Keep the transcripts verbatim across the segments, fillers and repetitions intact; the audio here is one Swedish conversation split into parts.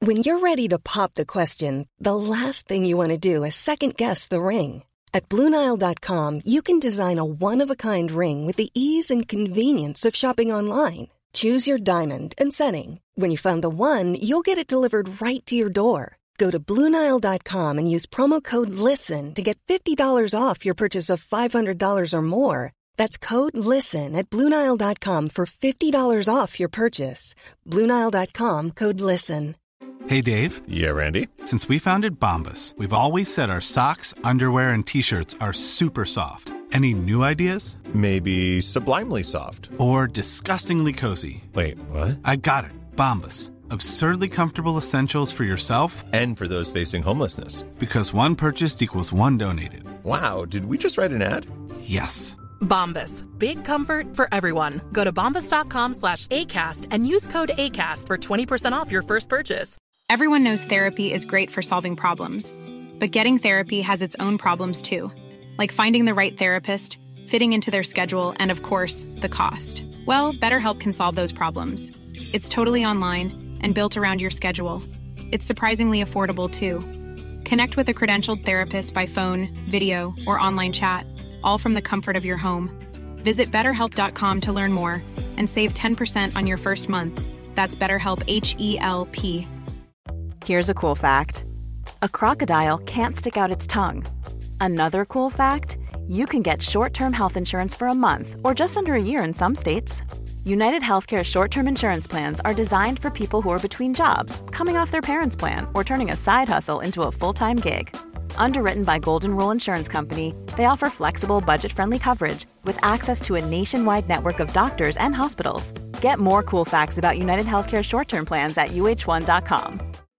When you're ready to pop the question, the last thing you want to do is second-guess the ring. At Blue Nile dot com, you can design a one-of-a-kind ring with the ease and convenience of shopping online. Choose your diamond and setting. When you find the one, you'll get it delivered right to your door. Go to Blue Nile dot com and use promo code LISTEN to get fifty dollars off your purchase of five hundred dollars or more. That's code LISTEN at Blue Nile dot com for fifty dollars off your purchase. Blue Nile dot com, code LISTEN. Hey, Dave. Yeah, Randy. Since we founded Bombas, we've always said our socks, underwear, and T-shirts are super soft. Any new ideas? Maybe sublimely soft. Or disgustingly cozy. Wait, what? I got it. Bombas. Absurdly comfortable essentials for yourself and for those facing homelessness. Because one purchased equals one donated. Wow, did we just write an ad? Yes. Bombas. Big comfort for everyone. Go to bombas dot com slash ACAST and use code ACAST for twenty percent off your first purchase. Everyone knows therapy is great for solving problems. But getting therapy has its own problems too. Like finding the right therapist, fitting into their schedule, and of course, the cost. Well, BetterHelp can solve those problems. It's totally online and built around your schedule. It's surprisingly affordable too. Connect with a credentialed therapist by phone, video, or online chat, all from the comfort of your home. Visit better help dot com to learn more and save ten percent on your first month. That's BetterHelp, H E L P. Here's a cool fact. A crocodile can't stick out its tongue. Another cool fact, you can get short-term health insurance for a month or just under a year in some states. United Healthcare short-term insurance plans are designed for people who are between jobs, coming off their parents' plan, or turning a side hustle into a full-time gig. Underwritten by Golden Rule Insurance Company, they offer flexible, budget-friendly coverage with access to a nationwide network of doctors and hospitals. Get more cool facts about United Healthcare short-term plans at U H one dot com.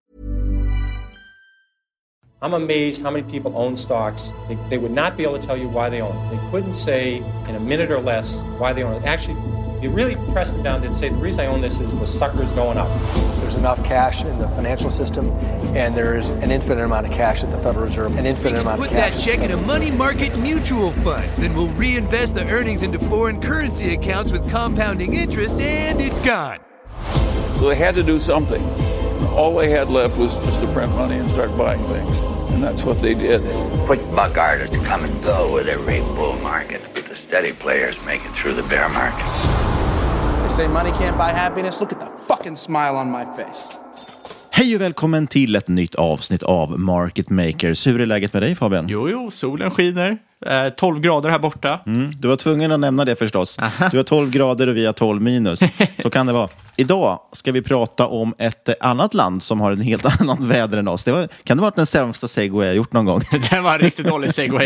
I'm amazed how many people own stocks. They, they would not be able to tell you why they own it. They couldn't say in a minute or less why they own it. Actually, you really press them down and say, the reason I own this is the sucker's going up. There's enough cash in the financial system, and there is an infinite amount of cash at the Federal Reserve, an infinite amount of cash. Put that check in a money market mutual fund. Then we'll reinvest the earnings into foreign currency accounts with compounding interest, and it's gone. So they had to do something. All they had left was just to print money and start buying things. And that's what they did. Quick buck artists come and go with every bull market, but the steady players make it through the bear market. They say money can't buy happiness. Look at the fucking smile on my face. Hej och välkommen till ett nytt avsnitt av Market Makers. Hur är läget med dig, Fabian? Jo, jo, solen skiner. Eh, tolv grader här borta. Mm, du var tvungen att nämna det förstås. Du har tolv grader och vi har tolv minus. Så kan det vara. Idag ska vi prata om ett annat land som har en helt annat väder än oss. Det var, kan det ha varit den sämsta segway jag gjort någon gång? Det var en riktigt dålig segway.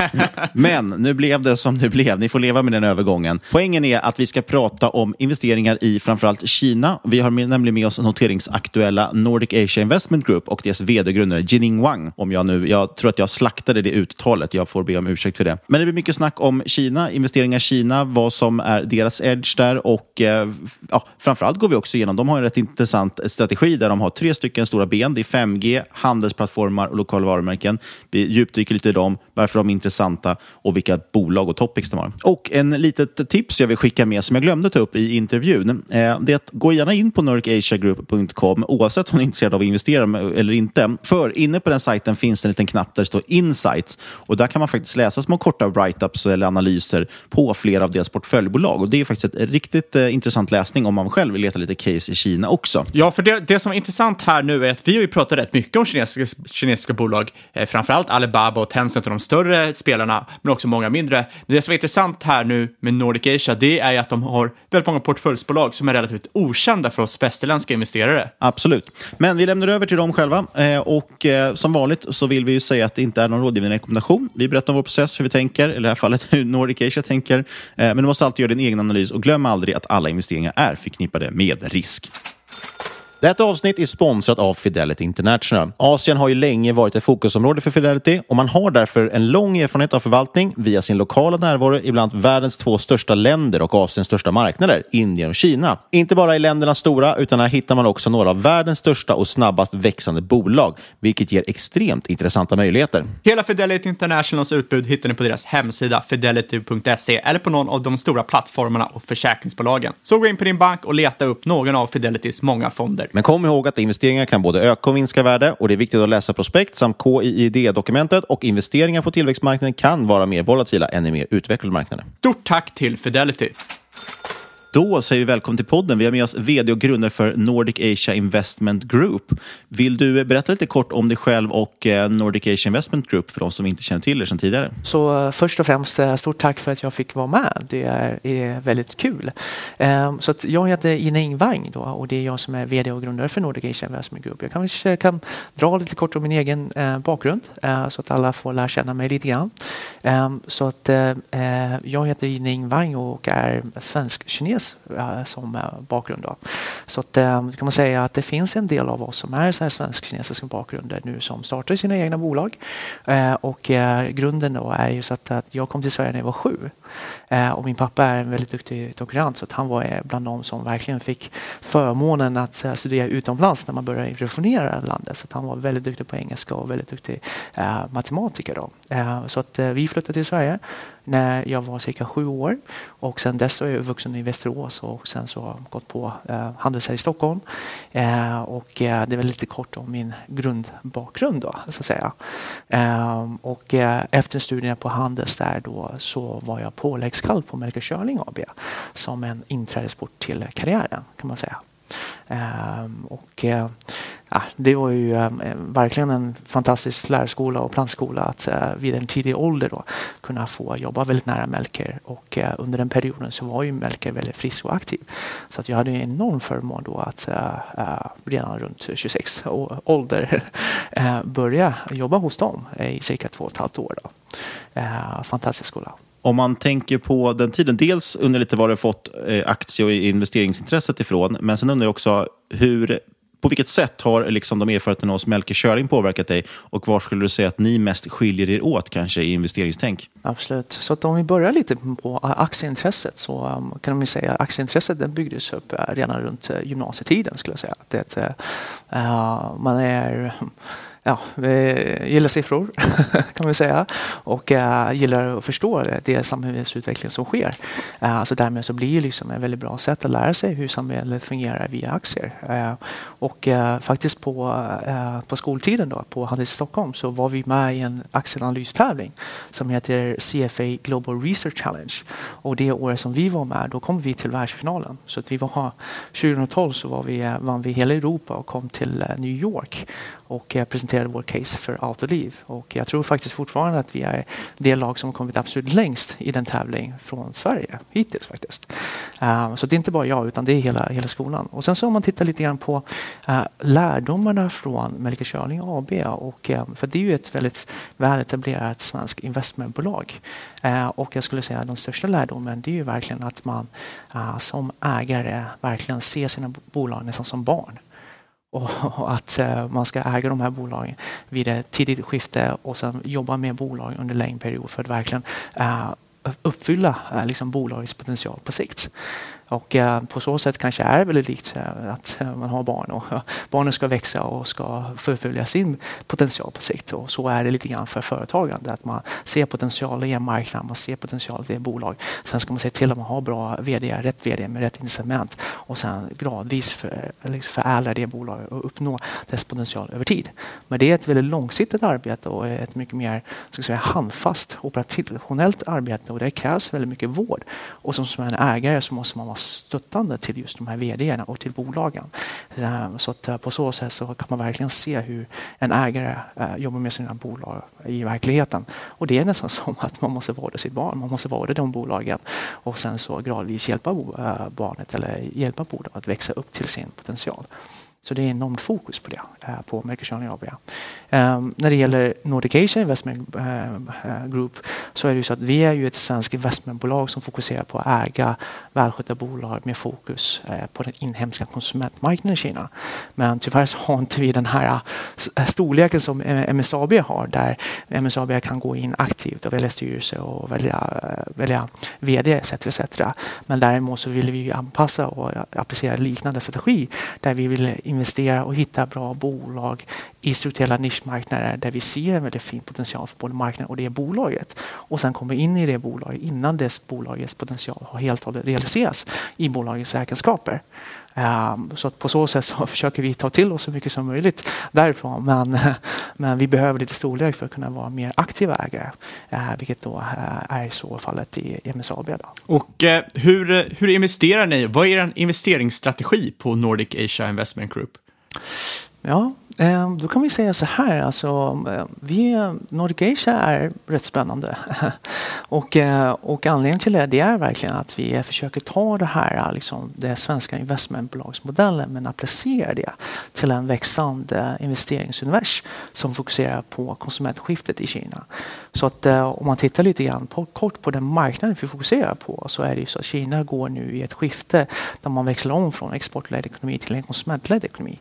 Men nu blev det som det blev. Ni får leva med den övergången. Poängen är att vi ska prata om investeringar i framförallt Kina. Vi har med, nämligen med oss noteringsaktuella Nordic Asia Investment Group och dess vd-grundare Jining Wang. Om jag nu, jag tror att jag slaktade det uttalet. Jag får be om ursäkt för det. Men det blir mycket snack om Kina, investeringar i Kina, vad som är deras edge där och eh, ja, framförallt går vi också igenom. De har en rätt intressant strategi där de har tre stycken stora ben. Det är fem G, handelsplattformar och lokala varumärken. Vi djupdyker lite i dem, varför de är intressanta och vilka bolag och topics de har. Och en litet tips jag vill skicka med som jag glömde ta upp i intervjun. Eh, det är att gå gärna in på nordic asia group punkt com oavsett om ni är intresserad av att investera eller inte. För inne på den sajten finns det en liten knapp där det står Insights och där kan man faktiskt läsa små korta write-ups eller analyser på flera av deras portföljbolag. Och det är faktiskt ett riktigt eh, intressant läsning om man själv vill leta lite case i Kina också. Ja, för det, det som är intressant här nu är att vi har ju pratat rätt mycket om kinesiska, kinesiska bolag. Eh, framförallt Alibaba och Tencent och de större spelarna, men också många mindre. Det som är intressant här nu med Nordic Asia, det är att de har väldigt många portföljsbolag som är relativt okända för oss västerländska investerare. Absolut. Men vi lämnar över till dem själva. Eh, och eh, som vanligt så vill vi ju säga att det inte är någon rådgivande rekommendation. Vi berättar om vår process, hur vi tänker, eller i det här fallet hur Nordic Asia tänker. Eh, men du måste alltid göra din egen analys och glöm aldrig att alla investeringar är förknippade med risk. Detta avsnitt är sponsrat av Fidelity International. Asien har ju länge varit ett fokusområde för Fidelity och man har därför en lång erfarenhet av förvaltning via sin lokala närvaro i bland världens två största länder och Asiens största marknader, Indien och Kina. Inte bara i länderna stora utan här hittar man också några av världens största och snabbast växande bolag, vilket ger extremt intressanta möjligheter. Hela Fidelity Internationals utbud hittar ni på deras hemsida fidelity punkt se eller på någon av de stora plattformarna och försäkringsbolagen. Så gå in på din bank och leta upp någon av Fidelitys många fonder. Men kom ihåg att investeringar kan både öka och minska värde och det är viktigt att läsa prospekt samt K I I D-dokumentet och investeringar på tillväxtmarknaden kan vara mer volatila än i mer utvecklade marknader. Stort tack till Fidelity. Då säger vi välkommen till podden. Vi har med oss vd och grundare för Nordic Asia Investment Group. Vill du berätta lite kort om dig själv och Nordic Asia Investment Group för de som inte känner till er sedan tidigare? Så först och främst stort tack för att jag fick vara med. Det är, är väldigt kul. Så att jag heter Ina Ingvang då, och det är jag som är vd och grundare för Nordic Asia Investment Group. Jag kanske kan dra lite kort om min egen bakgrund så att alla får lära känna mig lite grann. Så att jag heter Ina Ingvang och är svensk-kines som bakgrund då. Så att, kan man säga att det finns en del av oss som är så här svensk-kinesiska bakgrunder nu som startar sina egna bolag. Och grunden då är ju så att, att jag kom till Sverige när jag var sju. Och min pappa är en väldigt duktig doktorand så att han var bland de som verkligen fick förmånen att studera utomlands när man började reformera landet. Så att han var väldigt duktig på engelska och väldigt duktig matematiker då. Så att vi flyttade till Sverige när jag var cirka sju år och sen dess är jag vuxen i Västerås och sen så har jag gått på eh, Handels här i Stockholm eh, och eh, det är väl lite kort om min grundbakgrund då så att säga. Eh, och eh, efter studierna på Handels där då så var jag påläggskall på Melker Schörling A B som en inträdesport till karriären kan man säga. Eh, och eh, Ja, det var ju eh, verkligen en fantastisk lärarskola och plantskola att eh, vid en tidig ålder då, kunna få jobba väldigt nära Melker och eh, under den perioden så var ju Melker väldigt frisk och aktiv. Så att jag hade en enorm förmån då att eh, redan runt tjugosex år, ålder eh, börja jobba hos dem i cirka två och ett halvt år. Då. Eh, fantastisk skola. Om man tänker på den tiden, dels under lite var du fått eh, aktie- och investeringsintresset ifrån, men sen undrar jag också hur på vilket sätt har liksom de erfarenheterna hos Melker Schörling påverkat dig och var skulle du säga att ni mest skiljer er åt kanske i investeringstänk? Absolut. Så att om vi börjar lite på aktieintresset så um, kan man säga att aktieintresset den byggdes upp uh, redan runt uh, gymnasietiden skulle jag säga. Att det, uh, man är... Ja, vi gillar siffror kan man säga och uh, gillar att förstå det samhällsutveckling som sker. Uh, så därmed så blir det liksom ett väldigt bra sätt att lära sig hur samhället fungerar via aktier. Uh, och uh, faktiskt på, uh, på skoltiden då, på Handels i Stockholm så var vi med i en aktieanalystävling som heter C F A Global Research Challenge. Och det året som vi var med, då kom vi till världsfinalen. Så att vi var, tjugohundratolv så var vi, vann vi hela Europa och kom till uh, New York och uh, presenterade vår case för Autoliv. Och jag tror faktiskt fortfarande att vi är det lag som har kommit absolut längst i den tävling från Sverige hittills faktiskt. Uh, så det är inte bara jag utan det är hela, hela skolan. Och sen så om man tittar lite grann på uh, lärdomarna från Melker Schörling A B och uh, för det är ju ett väldigt väl etablerat svensk investmentbolag. Uh, och jag skulle säga att den största lärdomen det är ju verkligen att man uh, som ägare verkligen ser sina bolag nästan som barn. Och att uh, man ska äga de här bolagen vid ett tidigt skifte och sen jobba med bolag under längre period för att verkligen uh, uppfylla uh, liksom bolagets potential på sikt. Och eh, på så sätt kanske är det väldigt likt eh, att eh, man har barn och eh, barnen ska växa och ska förfölja sin potential på sikt. Och så är det lite grann för företagande att man ser potential i en marknad, man ser potential i ett bolag. Sen ska man se till att man har bra vd, rätt vd med rätt incitament och sen gradvis för, liksom förädla det bolaget och uppnå dess potential över tid. Men det är ett väldigt långsiktigt arbete och ett mycket mer ska jag säga, handfast operationellt arbete och det krävs väldigt mycket vård. Och som, som en ägare så måste man vara stöttande till just de här vdarna och till bolagen. Så att på så sätt så kan man verkligen se hur en ägare jobbar med sina bolag i verkligheten. Och det är nästan som att man måste vårda sitt barn, man måste vårda de bolagen och sen så gradvis hjälpa barnet eller hjälpa bolaget att växa upp till sin potential. Så det är enormt fokus på det, på Melker Schörling A B. Um, när det gäller Nordic Asia Investment uh, Group så är det ju så att vi är ju ett svenskt investmentbolag som fokuserar på att äga välskötta bolag med fokus uh, på den inhemska konsumentmarknaden i Kina. Men tyvärr så har inte vi den här uh, storleken som M S A B har där M S A B kan gå in aktivt och välja styrelse och välja, uh, välja vd et cetera et cetera. Men däremot så vill vi ju anpassa och applicera liknande strategi där vi vill investera och hitta bra bolag i strukturella nischmarknader där vi ser en väldigt fin potential för både marknaden och det bolaget. Och sen komma in i det bolaget innan dess bolagets potential har helt och hållet realiserats i bolagets räkenskaper. Um, så att på så sätt så försöker vi ta till oss så mycket som möjligt därifrån. Men, men vi behöver lite storlek för att kunna vara mer aktiva ägare. Uh, vilket då uh, är så fallet i M S A B. Då. Och uh, hur, hur investerar ni? Vad är er investeringsstrategi på Nordic Asia Investment Group? Ja, då kan vi säga så här. Alltså, vi, Nordic Asia är rätt spännande. och, och anledningen till det, det är verkligen att vi försöker ta det här, liksom, det svenska investmentbolagsmodellen, men applicera det till en växande investeringsuniversum som fokuserar på konsumentskiftet i Kina. Så att om man tittar lite grann på, kort på den marknaden vi fokuserar på, så är det ju så att Kina går nu i ett skifte där man växlar om från exportledd ekonomi till en konsumentledd ekonomi.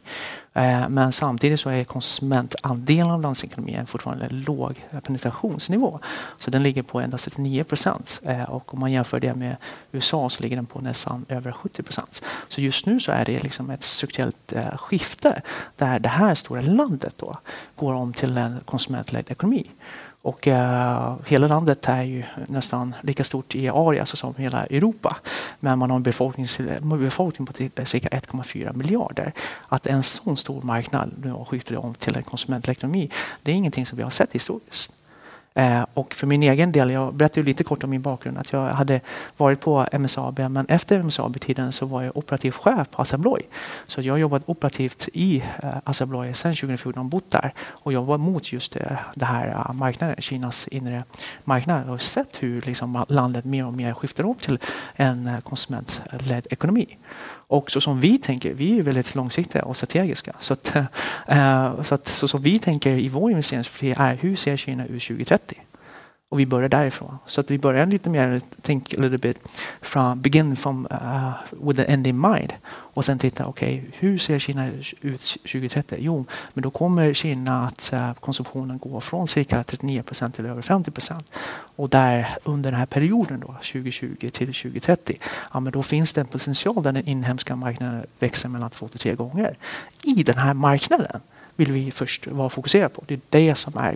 Men samtidigt så är konsumentandelen av landsekonomin fortfarande låg penetrationsnivå. Så den ligger på endast trettionio procent. Och om man jämför det med U S A så ligger den på nästan över sjuttio procent. Så just nu så är det liksom ett strukturellt skifte där det här stora landet då går om till en konsumentledd ekonomi. Och uh, hela landet är ju nästan lika stort i area alltså som hela Europa. Men man har en befolkning, befolkning på cirka ett komma fyra miljarder. Att en sån stor marknad nu har skiftat om till en konsumentekonomi, det är ingenting som vi har sett historiskt. Eh, och för min egen del, jag berättade ju lite kort om min bakgrund, att jag hade varit på M S A B, men efter M S A B-tiden så var jag operativ chef på Assa Abloy. Så jag har jobbat operativt i eh, Assa Abloy sedan tjugo fjorton, bott där och jobbat mot just det, det här uh, marknaden, Kinas inre marknad, och sett hur liksom, landet mer och mer skiftar upp till en uh, konsumentledd ekonomi. Och så som vi tänker, vi är väldigt långsiktiga och strategiska. Så, att, uh, så, att, så som vi tänker i vår investeringsstrategi är, hur ser Kina ut tjugo trettio? Och vi börjar därifrån. Så att vi börjar lite mer, think a little bit from, begin from, uh, with the end in mind. Och sen titta, okej, okay, hur ser Kina ut tjugo trettio? Jo, men då kommer Kina att uh, konsumtionen gå från cirka trettionio procent till över femtio procent. Och där under den här perioden då, tjugo tjugo till tjugo trettio, ja, men då finns det en potential där den inhemska marknaden växer mellan två till tre gånger. I den här marknaden vill vi först vara fokuserade på. Det är det som är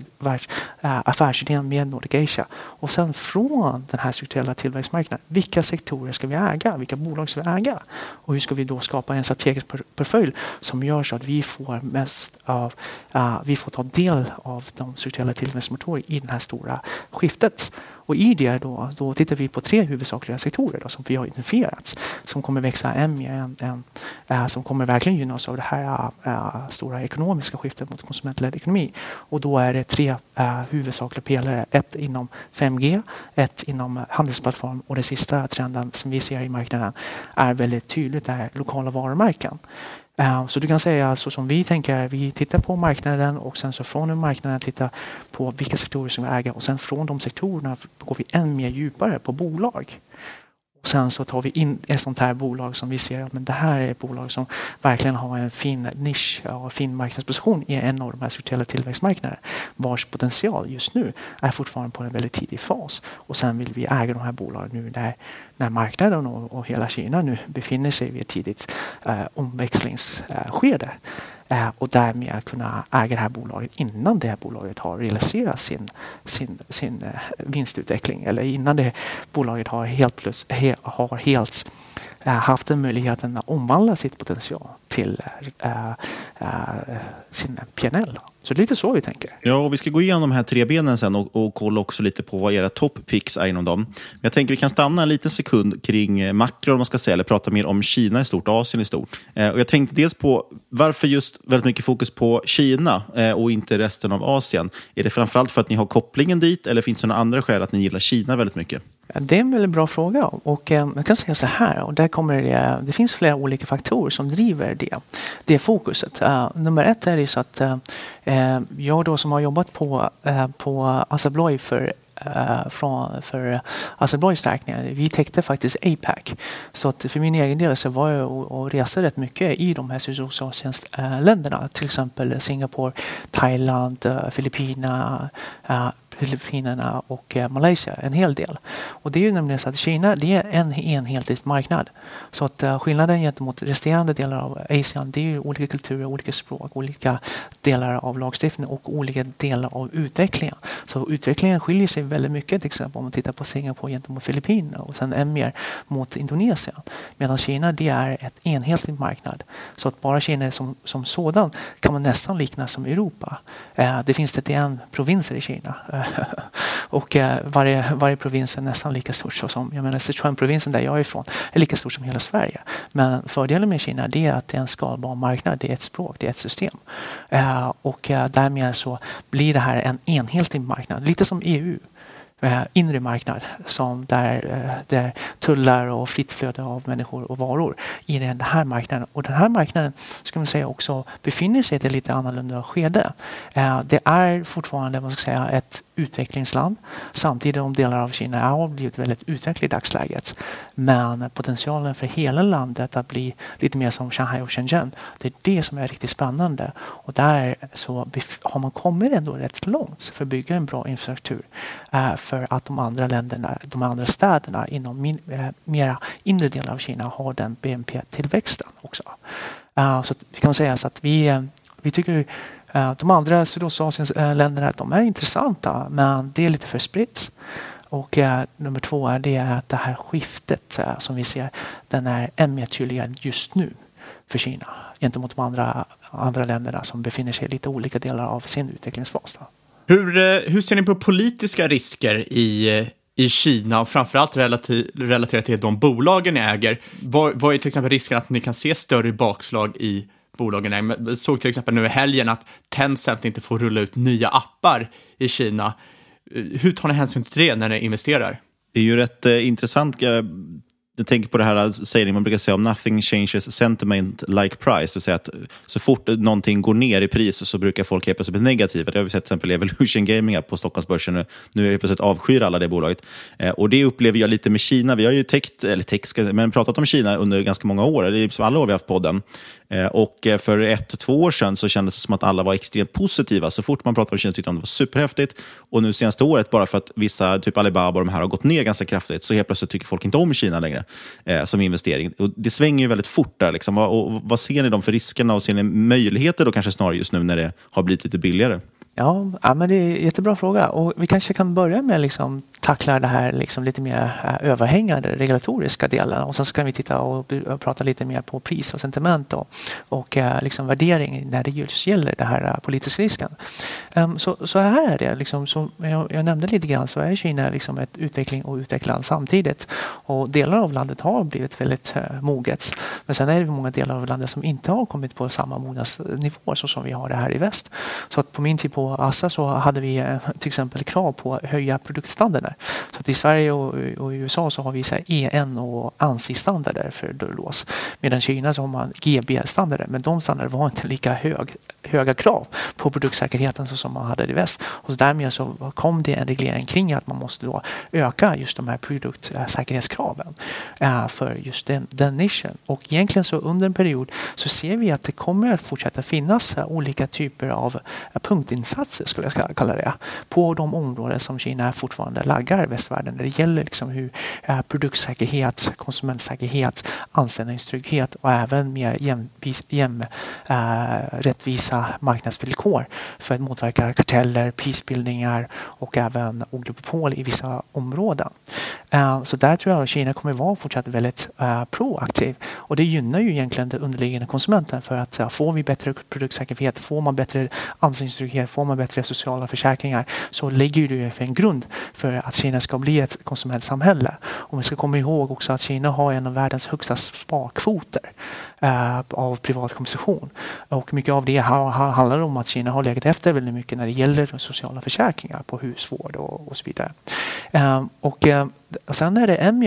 affärsidén med Nordic Asia. Och sen från den här strukturella tillväxtmarknaden, vilka sektorer ska vi äga? Vilka bolag ska vi äga? Och hur ska vi då skapa en strategisk portfölj som gör så att vi får mest av, uh, vi får ta del av de strukturella tillväxtmotorer i det här stora skiftet. Och i det då, då tittar vi på tre huvudsakliga sektorer då, som vi har identifierat, som kommer växa än mer än, än äh, som kommer verkligen gynnas av det här äh, stora ekonomiska skiftet mot konsumentledd ekonomi. Och då är det tre äh, huvudsakliga pelare, ett inom fem G, ett inom handelsplattform, och den sista trenden som vi ser i marknaden är väldigt tydligt, är lokala varumärken. Så du kan säga, så som vi tänker, vi tittar på marknaden och sen så från marknaden tittar på vilka sektorer som vi äger, och sen från de sektorerna går vi än mer djupare på bolag. Och sen så tar vi in ett sånt här bolag som vi ser att men det här är ett bolag som verkligen har en fin nisch och fin marknadsposition i en av de här strukturella tillväxtmarknaderna, vars potential just nu är fortfarande på en väldigt tidig fas. Och sen vill vi äga de här bolagen nu där när marknaden och, och hela Kina nu befinner sig vid ett tidigt eh, omväxlingsskede. Eh, och därmed kunna äga det här bolaget innan det här bolaget har realiserat sin, sin, sin eh, vinstutveckling, eller innan det bolaget har helt, plus, he, har helt eh, haft en möjligheten att omvandla sitt potential till eh, eh, sin P and L. Så det är lite så vi tänker. Ja, och vi ska gå igenom de här tre benen sen och, och kolla också lite på vad era top picks är inom dem. Men jag tänker vi kan stanna en liten sekund kring makro, om man ska säga, eller prata mer om Kina i stort, Asien i stort. Eh, och jag tänkte dels på varför just väldigt mycket fokus på Kina eh, och inte resten av Asien. Är det framförallt för att ni har kopplingen dit, eller finns det några andra skäl att ni gillar Kina väldigt mycket? Det är en väldigt bra fråga, och eh, jag kan säga så här, och där kommer det, det finns flera olika faktorer som driver det, det fokuset. Uh, nummer ett är det så att uh, jag då som har jobbat på, uh, på Assa Abloy för Uh, från, för Assa Abloys räkningar. Vi täckte faktiskt A PAC. Så att för min egen del så var jag och, och reste rätt mycket i de här Sydostasien-länderna. Till exempel Singapore, Thailand, uh, Filippinerna, uh, Filippinerna och eh, Malaysia en hel del. Och det är ju nämligen så att Kina, det är en enhetlig marknad. Så att uh, skillnaden gentemot resterande delar av Asien, det är ju olika kulturer, olika språk, olika delar av lagstiftning och olika delar av utvecklingen. Så utvecklingen skiljer sig väldigt mycket, till exempel om man tittar på Singapore gentemot Filippinerna och sen än mer mot Indonesien. Medan Kina, det är ett enhetlig marknad. Så att bara Kina som, som sådan kan man nästan likna som Europa. Eh, det finns trettioen provinser i Kina. och eh, varje, varje provins är nästan lika stort så som, jag menar Sichuan-provinsen där jag är ifrån är lika stort som hela Sverige. Men fördelen med Kina, det är att det är en skalbar marknad, det är ett språk, det är ett system. Eh, och eh, därmed så blir det här en enhetlig marknad, lite som E U. Eh, inre marknad som där, eh, där tullar och fritt flöde av människor och varor i den här marknaden. Och den här marknaden ska man säga också befinner sig i ett lite annorlunda skede. Eh, det är fortfarande, man ska säga, ett utvecklingsland. Samtidigt om delar av Kina har blivit väldigt utvecklade i dagsläget. Men potentialen för hela landet att bli lite mer som Shanghai och Shenzhen, det är det som är riktigt spännande. Och där så har man kommit ändå rätt långt för att bygga en bra infrastruktur. Eh, för att de andra länderna, de andra städerna inom min, eh, mera inre delar av Kina har den B N P-tillväxten också. Uh, så vi kan säga så att vi, uh, vi tycker uh, de andra Sydostasiens uh, länderna, de är intressanta, men det är lite för spritt. Och uh, nummer två är det att det här skiftet uh, som vi ser, den är än mer tydligare just nu för Kina gentemot de andra, andra länderna som befinner sig i lite olika delar av sin utvecklingsfas. Då. Hur, hur ser ni på politiska risker i, i Kina och framförallt relativ, relaterat till de bolagen ni äger? Vad, vad är till exempel risken att ni kan se större bakslag i bolagen? Jag såg till exempel nu i helgen att Tencent inte får rulla ut nya appar i Kina. Hur tar ni hänsyn till det när ni investerar? Det är ju rätt eh, intressant. Jag tänker på det här sägningen man brukar säga om nothing changes sentiment like price. Det vill säga att så fort någonting går ner i pris så brukar folk helt plötsligt bli negativa. Det har vi sett till exempel Evolution Gaming på Stockholmsbörsen nu. Nu är det plötsligt avskyr alla det bolaget. Eh, och det upplever jag lite med Kina. Vi har ju täckt, eller täckt, men pratat om Kina under ganska många år. Det är som alla år vi har haft podden. Eh, och för ett, två år sedan så kändes det som att alla var extremt positiva. Så fort man pratade om Kina tyckte de det var superhäftigt. Och nu senaste året, bara för att vissa, typ Alibaba och de här har gått ner ganska kraftigt, så helt plötsligt tycker folk inte om Kina längre. Eh, som investering. Och det svänger ju väldigt fort där. Liksom. Och, och, vad ser ni då för riskerna och ser ni möjligheter då kanske snarare just nu när det har blivit lite billigare? Ja, ja, men det är en jättebra fråga. Och vi kanske kan börja med liksom tackla det här liksom lite mer äh, överhängande regulatoriska delen. Och sen så kan vi titta och, och prata lite mer på pris och sentiment och, och äh, liksom värdering när det just gäller det här äh, politiska risken. Um, så, så här är det. Liksom, så jag, jag nämnde lite grann så är Kina liksom ett utveckling och utveckland samtidigt. Och delar av landet har blivit väldigt äh, moget. Men sen är det många delar av landet som inte har kommit på samma mognadsnivå så som vi har det här i väst. Så att på min tid på Assa så hade vi till exempel krav på att höja produktstandarder. Så att i Sverige och, och i U S A så har vi så här E N och ANSI-standarder för dörrlås. Medan i Kina så har man G B-standarder. Men de standarder var inte lika hög, höga krav på produktsäkerheten som man hade i väst. Och så därmed så kom det en reglering kring att man måste då öka just de här produktsäkerhetskraven för just den, den nischen. Och egentligen så under en period så ser vi att det kommer att fortsätta finnas olika typer av punktinsatser, skulle jag kalla det, på de områden som Kina fortfarande laggar västvärlden när det gäller liksom hur eh, produktsäkerhet, konsumentsäkerhet, anställningstrygghet och även mer jämvis, jäm, eh, rättvisa marknadsvillkor för att motverka karteller, prisbildningar och även oligopol i vissa områden. Eh, så där tror jag att Kina kommer vara fortsatt väldigt eh, proaktiv, och det gynnar ju egentligen den underliggande konsumenten, för att eh, får vi bättre produktsäkerhet, får man bättre anställningstrygghet, får man bättre sociala försäkringar, så lägger det för en grund för att Kina ska bli ett konsumentsamhälle. Och vi ska komma ihåg också att Kina har en av världens högsta sparkvoter eh, av privat konsumtion. Och mycket av det har, har, handlar om att Kina har legat efter väldigt mycket när det gäller sociala försäkringar på husvård och, och så vidare. Eh, och eh, sen är det än mer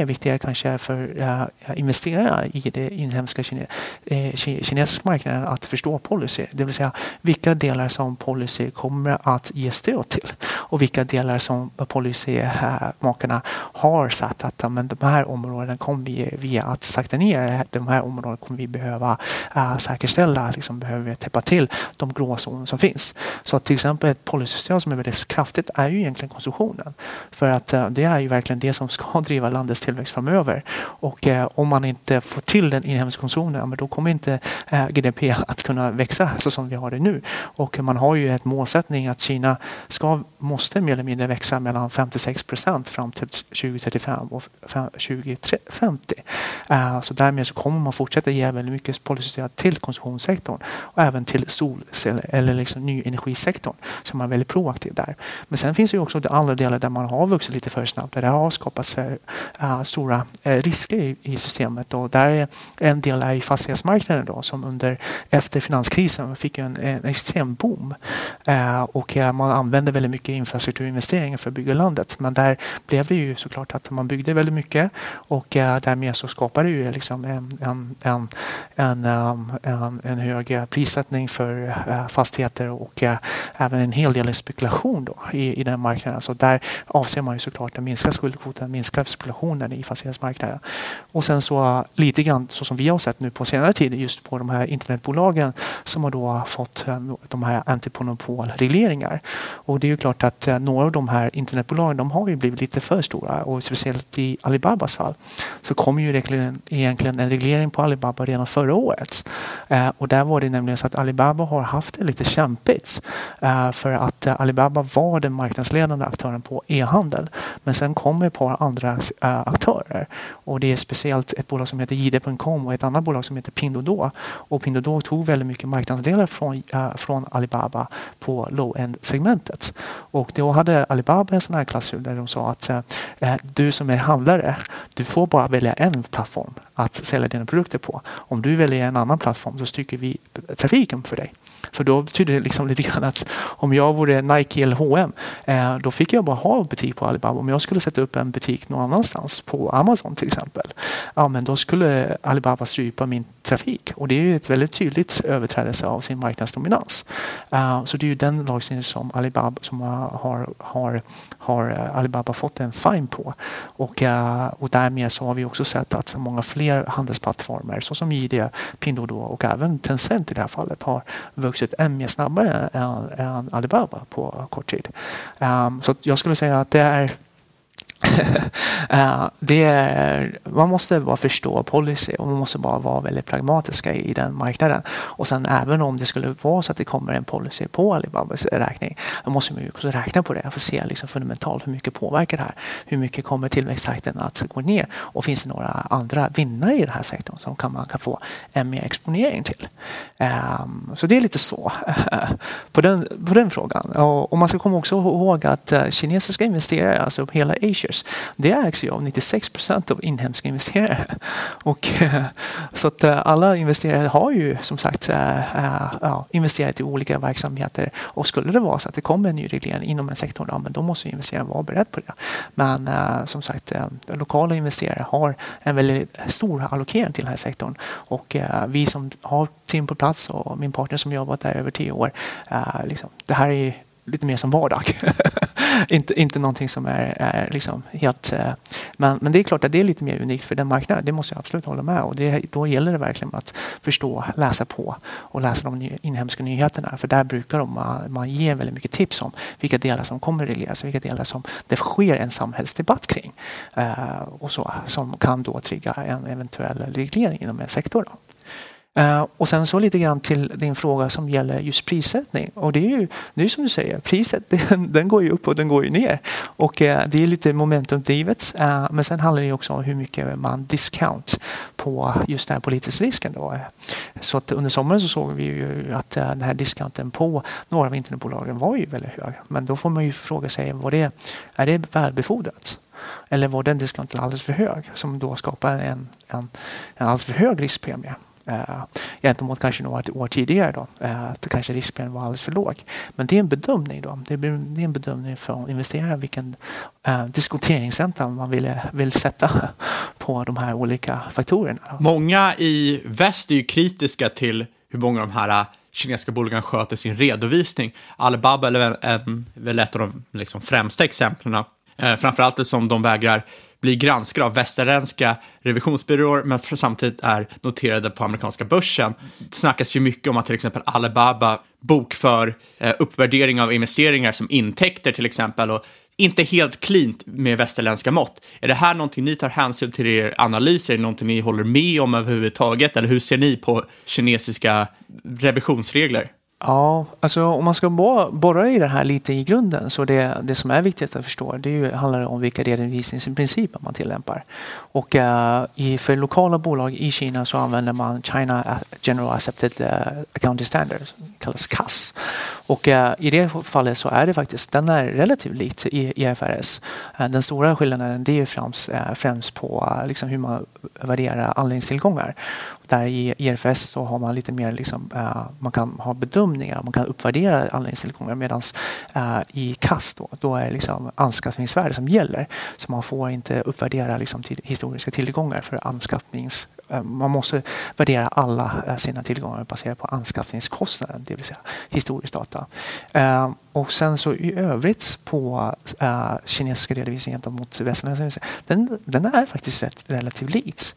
viktigare kanske för uh, investerare i det inhemska kine, eh, kinesiska marknaden att förstå policy. Det vill säga vilka delar som policy kommer att ge stöd till och vilka delar som policymakarna har sagt att men de här områden kommer vi via att sakta ner, de här områdena kommer vi behöva uh, säkerställa, liksom behöver vi täppa till de gråzoner som finns. Så att till exempel ett policystöd som är väldigt kraftigt är ju egentligen konsumtionen. För att uh, det är ju verkligen det som ska driva landets tillväxt framöver. Och uh, om man inte får till den inhemska konsumtionen, men då kommer inte uh, G D P att kunna växa så som vi har det nu. Och man har ju ett målsättning att Kina ska, måste mer eller mindre växa mellan fem till sex procent fram till tjugo trettiofem och tjugo femtio. Uh, så därmed så kommer man fortsätta ge väldigt mycket policystöd till konsumtionssektorn och även till solceller eller liksom ny energisektorn som man är väldigt proaktiv där. Men sen finns det ju också andra delar där man har vuxit lite för snabbt, där det har skapats uh, stora uh, risker i, i systemet, och där är en del är i fastighetsmarknaden då, som under efter finanskrisen fick en, en extrem boom uh, och uh, man använde väldigt mycket infrastrukturinvesteringar för att bygga landet, men där blev det ju såklart att man byggde väldigt mycket och uh, därmed så skapade det ju liksom en, en, en, en, um, en, en hög prissättning för uh, fastigheter och uh, även en hel del spekulation då i, i den marknaden. Så där avser man ju såklart att minska skuldkvoten, minska spekulationen i fastighetsmarknaden. Och sen så uh, lite grann så som vi har sett nu på senare tid just på de här internetbolagen som har då fått uh, de här antimonopolregleringar. Och det är ju klart att uh, några av de här internetbolagen, de har ju blivit lite för stora, och speciellt i Alibabas fall så kom ju egentligen en reglering på Alibaba redan förra året. Uh, och där var det nämligen så att Alibaba har haft det lite kämpigt uh, för att uh, Alibaba var den marknadsledande aktören på e-handel. Men sen kommer ett par andra uh, aktörer, och det är speciellt ett bolag som heter J D punkt com och ett annat bolag som heter Pinduoduo. Och Pinduoduo tog väldigt mycket marknadsdelar från, uh, från Alibaba på low-end-segmentet. Och då hade Alibaba en sån här klausul där de sa att uh, du som är handlare, du får bara välja en plattform att sälja dina produkter på. Om du väljer en annan plattform så stycker vi trafiken för dig. Så då betyder det liksom lite grann att om jag vore Nike eller H och M eh, då fick jag bara ha butik på Alibaba. Om jag skulle sätta upp en butik någon annanstans på Amazon till exempel, ja, men då skulle Alibaba strypa min trafik. Och det är ju ett väldigt tydligt överträdelse av sin marknadsdominans. Uh, så det är ju den lagstiftning som Alibaba som har, har, har Alibaba fått en fine på. Och, uh, och därmed så har vi också sett att många fler handelsplattformar såsom J D, Pinduoduo och även Tencent i det här fallet har vuxit än mer snabbare än, än Alibaba på kort tid. Um, så jag skulle säga att det är uh, det är, man måste bara förstå policy och man måste bara vara väldigt pragmatiska i, i den marknaden. Och sen även om det skulle vara så att det kommer en policy på Alibabas räkning, då måste man ju också räkna på det för att se liksom fundamentalt hur mycket påverkar det här. Hur mycket kommer tillväxttakten att gå ner, och finns det några andra vinnare i den här sektorn som kan, man kan få en mer exponering till. Um, så det är lite så på, den, på den frågan. Och, och man ska komma också ihåg att uh, kinesiska investerare, alltså hela Asia, det ägs ju av nittiosex procent av inhemska investerare. Och, så att alla investerare har ju som sagt äh, äh, investerat i olika verksamheter, och skulle det vara så att det kommer en ny reglering inom en sektor, ja, men då måste investeraren vara beredd på det. Men äh, som sagt, äh, lokala investerare har en väldigt stor allokering till den här sektorn, och äh, vi som har team på plats och min partner som jobbat där över tio år, äh, liksom, det här är lite mer som vardag. inte, inte någonting som är, är liksom helt... Eh, men, men det är klart att det är lite mer unikt för den marknaden. Det måste jag absolut hålla med. Och det, då gäller det verkligen att förstå, läsa på och läsa de ny, inhemska nyheterna. För där brukar de, man, man ge väldigt mycket tips om vilka delar som kommer regleras, vilka delar som det sker en samhällsdebatt kring. Eh, och så, som kan då trigga en eventuell reglering inom en sektor då. Uh, och sen så lite grann till din fråga som gäller just prissättning. Och det är ju, det är som du säger, priset den, den går ju upp och den går ju ner. Och uh, det är lite momentumdrivet. Uh, men sen handlar det ju också om hur mycket man discount på just den här politiska risken då. Så att under sommaren så såg vi ju att uh, den här discounten på några av internetbolagen var ju väldigt hög. Men då får man ju fråga sig, var det, är det välbefordrat? Eller var den discounten alldeles för hög som då skapar en, en, en alldeles för hög riskpremie? Eh, gentemot kanske några år tidigare då. Eh, att kanske riskpremien var alldeles för låg. Men det är en bedömning då. Det är, det är en bedömning från investerare vilken eh, diskonteringsränta man vill, vill sätta på de här olika faktorerna. Då. Många i väst är ju kritiska till hur många av de här kinesiska bolagen sköter sin redovisning. Alibaba är väl, en, väl ett av de liksom, främsta exemplen. Eh, framförallt som de vägrar bli granskade av västerländska revisionsbyråer men samtidigt är noterade på amerikanska börsen. Det snackas ju mycket om att till exempel Alibaba bokför eh, uppvärdering av investeringar som intäkter till exempel och inte helt cleant med västerländska mått. Är det här någonting ni tar hänsyn till i er analys? Är det någonting ni håller med om överhuvudtaget? Eller hur ser ni på kinesiska revisionsregler? Ja, alltså om man ska borra i det här lite i grunden så det, det som är viktigt att förstå det är ju, handlar om vilka redovisningsprinciper man tillämpar. Och uh, i, för lokala bolag i Kina så använder man China General Accepted uh, Accounting Standards, kallas C A S. Och uh, i det fallet så är det faktiskt, den är relativt likt i I F R S. Uh, den stora skillnaden det är främst, uh, främst på uh, liksom hur man värderar anläggningstillgångar. Där i I F R S så har man lite mer liksom, uh, man kan ha bedömningar, man kan uppvärdera anläggningstillgångar medan uh, i C A S då, då är det liksom anskaffningsvärde som gäller. Så man får inte uppvärdera liksom, till, historiska tillgångar för anskaffnings man måste värdera alla sina tillgångar baserat på anskaffningskostnaden, det vill säga historisk data. Uh, och sen så i övrigt på uh, kinesiska redovisningen mot västerländska, den, den är faktiskt rätt, relativt lit.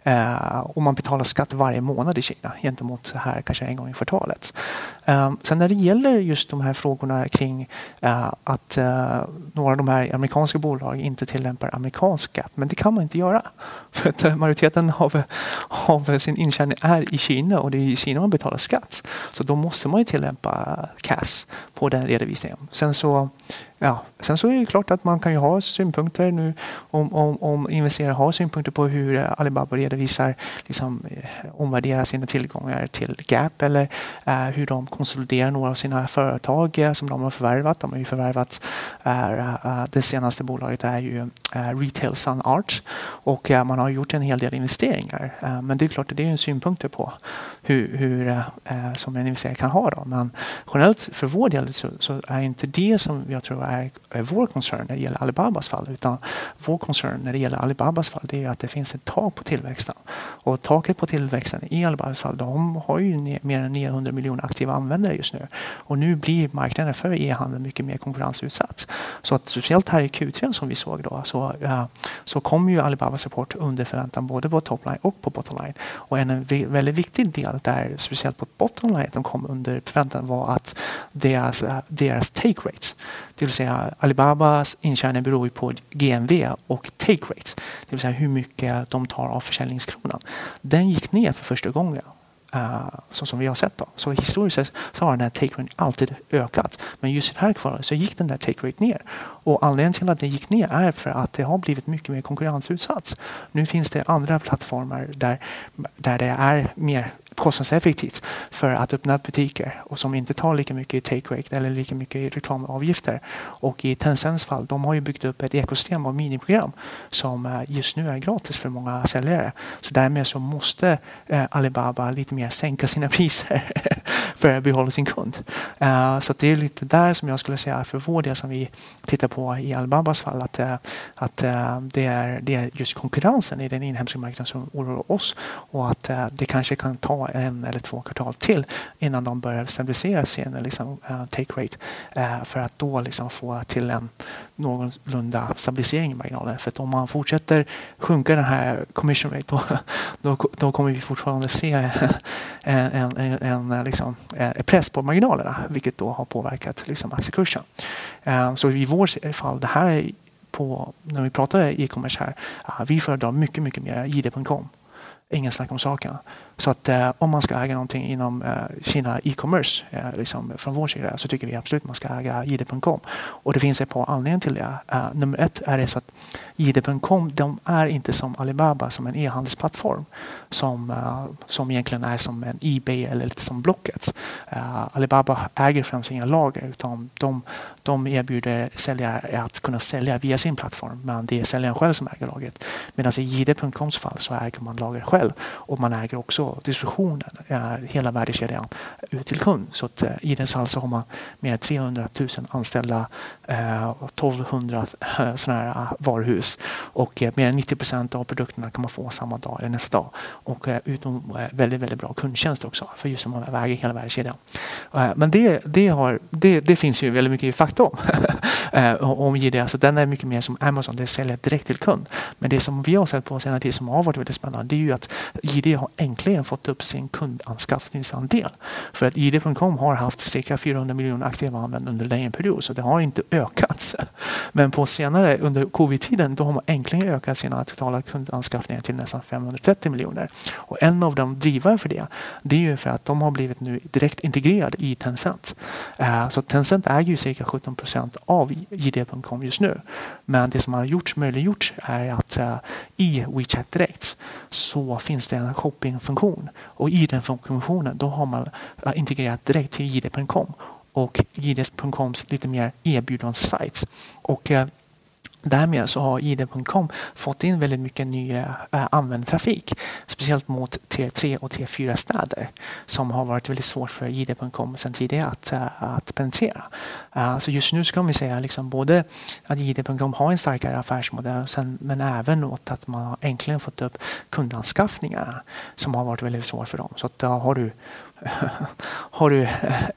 Uh, och man betalar skatt varje månad i Kina gentemot här kanske en gång i kvartalet. Uh, sen när det gäller just de här frågorna kring uh, att uh, några av de här amerikanska bolag inte tillämpar amerikanska, men det kan man inte göra. För att uh, majoriteten av, av sin intjäning är i Kina och det är i Kina man betalar skatt. Så då måste man ju tillämpa C A S på den redovisningen. Sen så Ja, sen så är det klart att man kan ju ha synpunkter nu om, om, om investerare har synpunkter på hur Alibaba redovisar, liksom omvärderar sina tillgångar till Gap eller eh, hur de konsoliderar några av sina företag eh, som de har förvärvat. De har ju förvärvat, eh, eh, det senaste bolaget är ju eh, Retail Sun Art och eh, man har gjort en hel del investeringar. Eh, men det är klart att det är en synpunkter på hur, hur eh, som en investerare kan ha då. Men generellt för vår del så, så är inte det som jag tror är, är vår koncern när det gäller Alibabas fall, utan vår koncern när det gäller Alibabas fall det är att det finns ett tak på tillväxten. Och taket på tillväxten i Alibabas fall, de har ju ne- mer än niohundra miljoner aktiva användare just nu. Och nu blir marknaden för e-handel mycket mer konkurrensutsatt. Så att speciellt här i Q tre som vi såg då så, uh, så kom ju Alibabas rapport under förväntan både på topline och på bottomline. Och en väldigt viktig del där, speciellt på bottomline, de kom under förväntan var att deras, uh, deras take rate, det vill säga Alibabas intjäning beror ju på G M V och take rate, det vill säga hur mycket de tar av försäljningskronan. Den gick ner för första gången. Uh, så som vi har sett då. Så historiskt sett så har den här take rate alltid ökat. Men just i det här kvalet så gick den där take rate ner. Och anledningen till att det gick ner är för att det har blivit mycket mer konkurrensutsatt. Nu finns det andra plattformar där, där det är mer kostnadseffektivt för att öppna butiker och som inte tar lika mycket i take rate eller lika mycket i reklamavgifter. Och i Tencents fall, de har ju byggt upp ett ekosystem av miniprogram som just nu är gratis för många säljare. Så därmed så måste eh, Alibaba lite mer sänka sina priser för att behålla sin kund. Uh, så det är lite där som jag skulle säga för vår del som vi tittar på i Alibabas fall att, uh, att uh, det, är, det är just konkurrensen i den inhemska marknaden som oroar oss och att uh, det kanske kan ta en eller två kvartal till innan de börjar stabilisera sin liksom, uh, take rate uh, för att då liksom få till en någorlunda stabilisering i marginalen. För att om man fortsätter sjunka den här commission rate då, då, då kommer vi fortfarande se en, en, en, en liksom, press på marginalerna, vilket då har påverkat liksom, aktiekursen. Uh, så i vår fall, det här är på, när vi pratar e-commerce här, uh, vi föredrar mycket, mycket mer J D punkt com. Ingen snack om saken. Så att eh, om man ska äga någonting inom eh, Kina e-commerce eh, liksom från vår sida så tycker vi absolut att man ska äga J D punkt com. Och det finns ett par anledningar till det. Uh, nummer ett är det så att I D punkt com, de är inte som Alibaba som en e-handelsplattform som, uh, som egentligen är som en eBay eller lite som Blocket. Uh, Alibaba äger främst inga lager utan de, de erbjuder säljare att kunna sälja via sin plattform, men det är säljaren själv som äger lagret. Medan i I D punkt coms fall så äger man lager själv och man äger också distributionen, uh, hela värdekedjan ut till kund. Så att, uh, i dess fall så har man mer än trehundratusen anställda, uh, tolvhundra uh, sådana här uh, varuhus och uh, mer än nittio procent av produkterna kan man få samma dag eller nästa dag. Och uh, utom uh, väldigt, väldigt bra kundtjänst också för just som man väger hela värdekedjan. Uh, men det, det, har, det, det finns ju väldigt mycket fakta om. uh, om I D. Alltså den är mycket mer som Amazon, det säljer direkt till kund. Men det som vi har sett på senare tid som har varit väldigt spännande, det är ju att I D har äntligen fått upp sin kundanskaffningsandel. För att I D punkt com har haft cirka fyrahundra miljoner aktiva användare under en längre period, så det har inte ökat. Men på senare, under covid-tiden, då har man äntligen ökat sina totala kundanskaffningar till nästan femhundratrettio miljoner. Och en av de drivare för det, det är ju för att de har blivit nu direkt integrerade i Tencent. Uh, så Tencent äger ju cirka sjutton procent av I D punkt com just nu. Men det som har gjorts, möjliggjorts är att uh, i WeChat Direkt så finns det en shoppingfunktion. Och i den funktionen då har man uh, integrerat direkt till I D punkt com och I D punkt coms lite mer erbjudande sites. Och uh, därmed så har I D punkt com fått in väldigt mycket ny äh, användartrafik. Speciellt mot T tre och T fyra städer som har varit väldigt svårt för I D punkt com sedan tidigare att, äh, att penetrera. Uh, så just nu ska vi säga liksom både att I D punkt com har en starkare affärsmodell sen, men även åt att man har äntligen fått upp kundanskaffningarna som har varit väldigt svårt för dem. Så att, uh, har du har du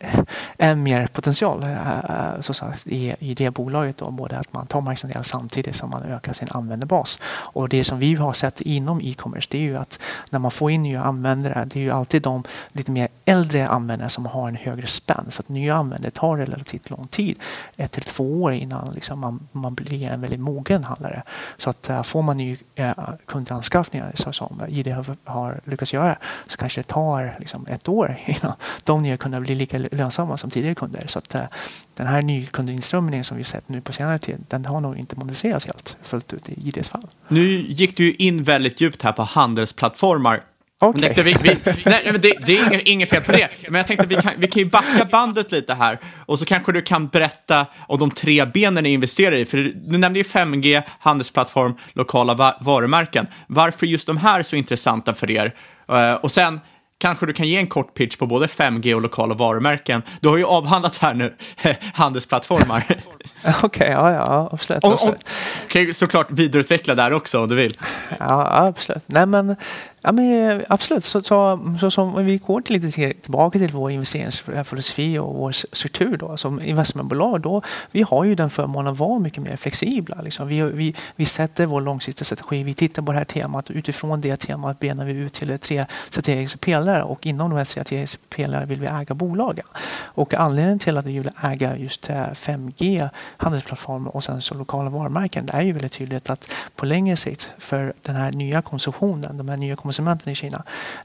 en mer potential så sagt, i, i det bolaget då, både att man tar marknadsandel samtidigt som man ökar sin användarbas. Och det som vi har sett inom e-commerce, det är ju att när man får in nya användare, det är ju alltid de lite mer äldre användare som har en högre spänn, så att nya användare tar relativt lång tid, ett till två år innan liksom man, man blir en väldigt mogen handlare. Så att uh, får man ny uh, kundanskaffningar så som I D har, har lyckats göra, så kanske det tar liksom ett år innan de nya kunderna blir lika lönsamma som tidigare kunder. Så att uh, den här nykundinströmningen som vi sett nu på senare tid, den har nog inte monetiserats helt fullt ut i I Ds fall. Nu gick du ju in väldigt djupt här på handelsplattformar. Okay. Vi, vi, nej, men det, det är inget, inget fel på det. Men jag tänkte att vi kan, vi kan ju backa bandet lite här. Och så kanske du kan berätta om de tre benen ni investerar i. För du nämnde ju fem G, handelsplattform, lokala va- varumärken. Varför just de här är så intressanta för er? Uh, och sen kanske du kan ge en kort pitch på både fem G och lokala varumärken. Du har ju avhandlat här nu handelsplattformar. Okej, okay, ja, ja, absolut. Och, och, kan såklart vidareutveckla där också om du vill. Ja, absolut. Nej, men, ja, men absolut. Så, så, så som vi går till lite tillbaka till vår investeringsfilosofi och vår struktur då, som investmentbolag, då, vi har ju den förmånen att vara mycket mer flexibla. Liksom. Vi, vi, vi sätter vår långsiktiga strategi, vi tittar på det här temat och utifrån det temat benar vi ut till tre strategiska pelare och inom de här strategiska pelare vill vi äga bolagen. Och anledningen till att vi vill äga just fem G handelsplattformar och sen så lokala varumärken, det är ju väldigt tydligt att på längre sikt för den här nya konsumtionen, de här nya konsumenterna i Kina,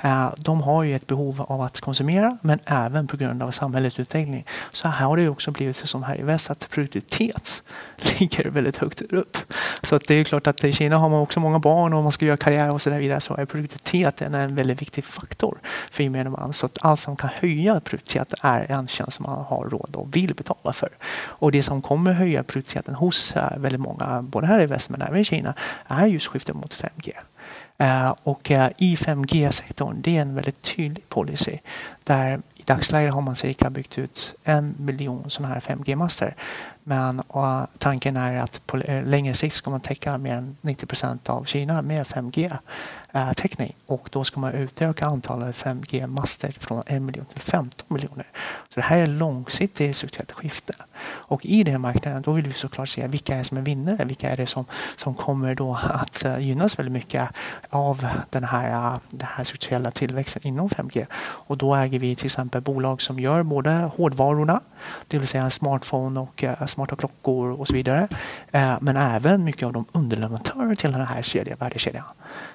de har ju ett behov av att konsumera, men även på grund av samhällets utveckling. Så här har det ju också blivit som här i väst att produktivitet ligger väldigt högt upp. Så att det är klart att i Kina har man också många barn och man ska göra karriär och så där vidare, så är produktiviteten en väldigt viktig faktor för gemene man. Så att allt som kan höja produktiviteten är en tjänst som man har råd och vill betala för. Och det som kommer höja produktiviteten hos väldigt många, både här i väst men även i Kina, är just skiftet mot fem G. Uh, och uh, i fem G-sektorn, det är en väldigt tydlig policy där i dagsläget har man cirka byggt ut en miljon sådana här fem G-master. Men uh, tanken är att på uh, längre sikt ska man täcka mer än nittio procent av Kina med fem G-täckning. Uh, och då ska man utöka antalet fem G-master från en miljon till femton miljoner. Så det här är långsiktigt strukturellt skifte. Och i den här marknaden då vill vi såklart se vilka är som är vinnare, vilka är det som, som kommer då att uh, gynnas väldigt mycket av den här, uh, den här strukturella tillväxten inom fem G. Och då äger vi till exempel bolag som gör både hårdvarorna, det vill säga en smartphone och uh, smarta klockor och så vidare. Uh, men även mycket av de underleverantörer till den här kedjan, värdekedjan.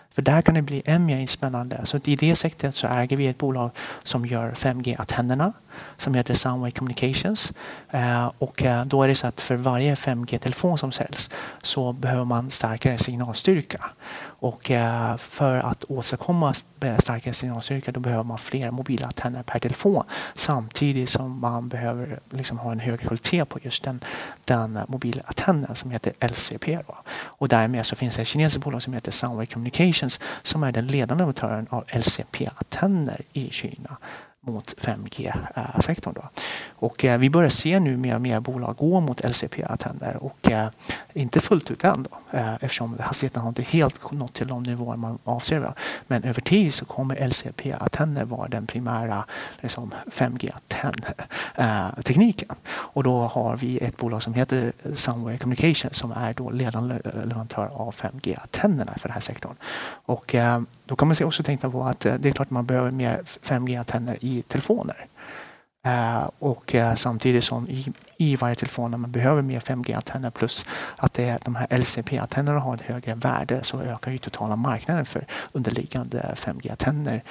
För där kan det bli än mer spännande. Så i det sektorn så äger vi ett bolag som gör fem G-antennerna som heter Soundwave Communications. Eh, och eh, då är det så att för varje fem G-telefon som säljs så behöver man starkare signalstyrka. Och eh, för att åstadkomma starkare signalstyrka då behöver man fler mobila antenner per telefon samtidigt som man behöver liksom ha en högre kvalitet på just den, den mobila antennen som heter L C P. Då. Och därmed så finns det ett kinesiskt bolag som heter Soundwave Communications som är den ledande leverantören av L C P-antenner i Kina mot fem G-sektorn. Då. Och eh, vi börjar se nu mer och mer bolag gå mot L C P-antenner och eh, inte fullt ut än då, eh, eftersom hastigheten har inte helt nått till de nivåer man avser. Men över tid så kommer L C P-antenner vara den primära liksom, fem G-tekniken. Eh, och då har vi ett bolag som heter Soundwave Communication som är då ledande leverantör av fem G-antennerna för den här sektorn. Och eh, då kan man också tänka på att eh, det är klart att man behöver mer fem G-antenner i telefoner. Uh, och uh, samtidigt som i, i varje telefon när man behöver mer fem G-antenner plus att det är, de här L C P-antennerna har ett högre värde så ökar ju totala marknaden för underliggande fem G-antenner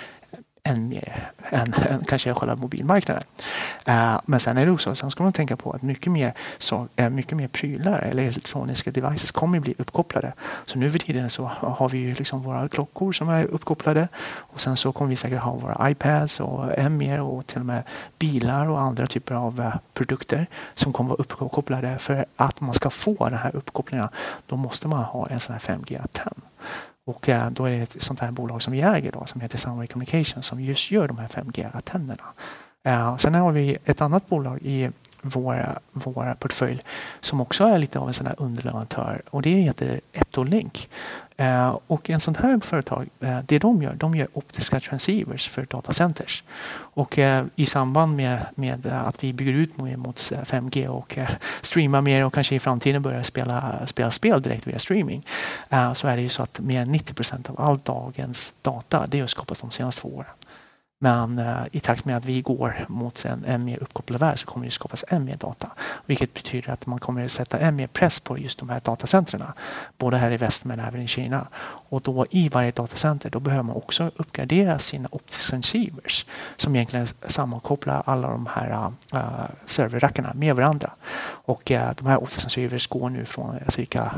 än mer än, än kanske själva mobilmarknaden. Uh, men sen är det också, sen ska man tänka på att mycket mer, så, uh, mycket mer prylar eller elektroniska devices kommer bli uppkopplade. Så nu för tiden så har vi ju liksom våra klockor som är uppkopplade och sen så kommer vi säkert ha våra iPads och än mer och till och med bilar och andra typer av uh, produkter som kommer vara uppkopplade. För att man ska få den här uppkopplingen då måste man ha en sån här fem G-antenn. Och eh, då är det ett sånt här bolag som vi äger då, som heter Soundwave Communication som just gör de här fem G-antennerna. Eh, sen har vi ett annat bolag i vår, vår portfölj som också är lite av en sån här underleverantör och det heter Eptolink. Eh, och en sån här företag, eh, det de gör, de gör optiska transceivers för datacenters. Och eh, i samband med, med att vi bygger ut mot fem G och eh, streamar mer och kanske i framtiden börjar spela, spela spel direkt via streaming eh, så är det ju så att mer än nittio procent av all dagens data det har skapats de senaste två åren. Men eh, i takt med att vi går mot en än mer uppkopplad värld så kommer det skapas än mer data. Vilket betyder att man kommer att sätta än mer press på just de här datacentren. Både här i väst men även i Kina. Och då i varje datacenter då behöver man också uppgradera sina optiska transceivers. Som egentligen sammankopplar alla de här uh, serverrackarna med varandra. Och uh, de här optiska transceivers går nu från uh, cirka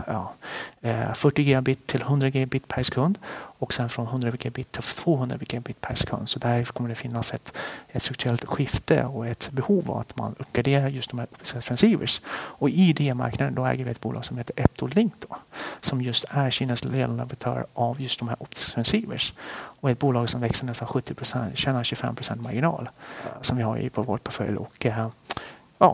uh, fyrtio gigabit till hundra gigabit per sekund. Och sen från hundra gigabit till tvåhundra gigabit per sekund. Så där kommer det finnas ett, ett strukturellt skifte och ett behov av att man uppgraderar just de här optiska transceivers. Och i det marknaden då äger vi ett bolag som heter Eptolink då, som just är Kinas ledande leverantör av just de här optiska transceivers. Och ett bolag som växer nästan sjuttio procent, tjänar tjugofem procent marginal som vi har i på vårt portfölj. Och äh, ja,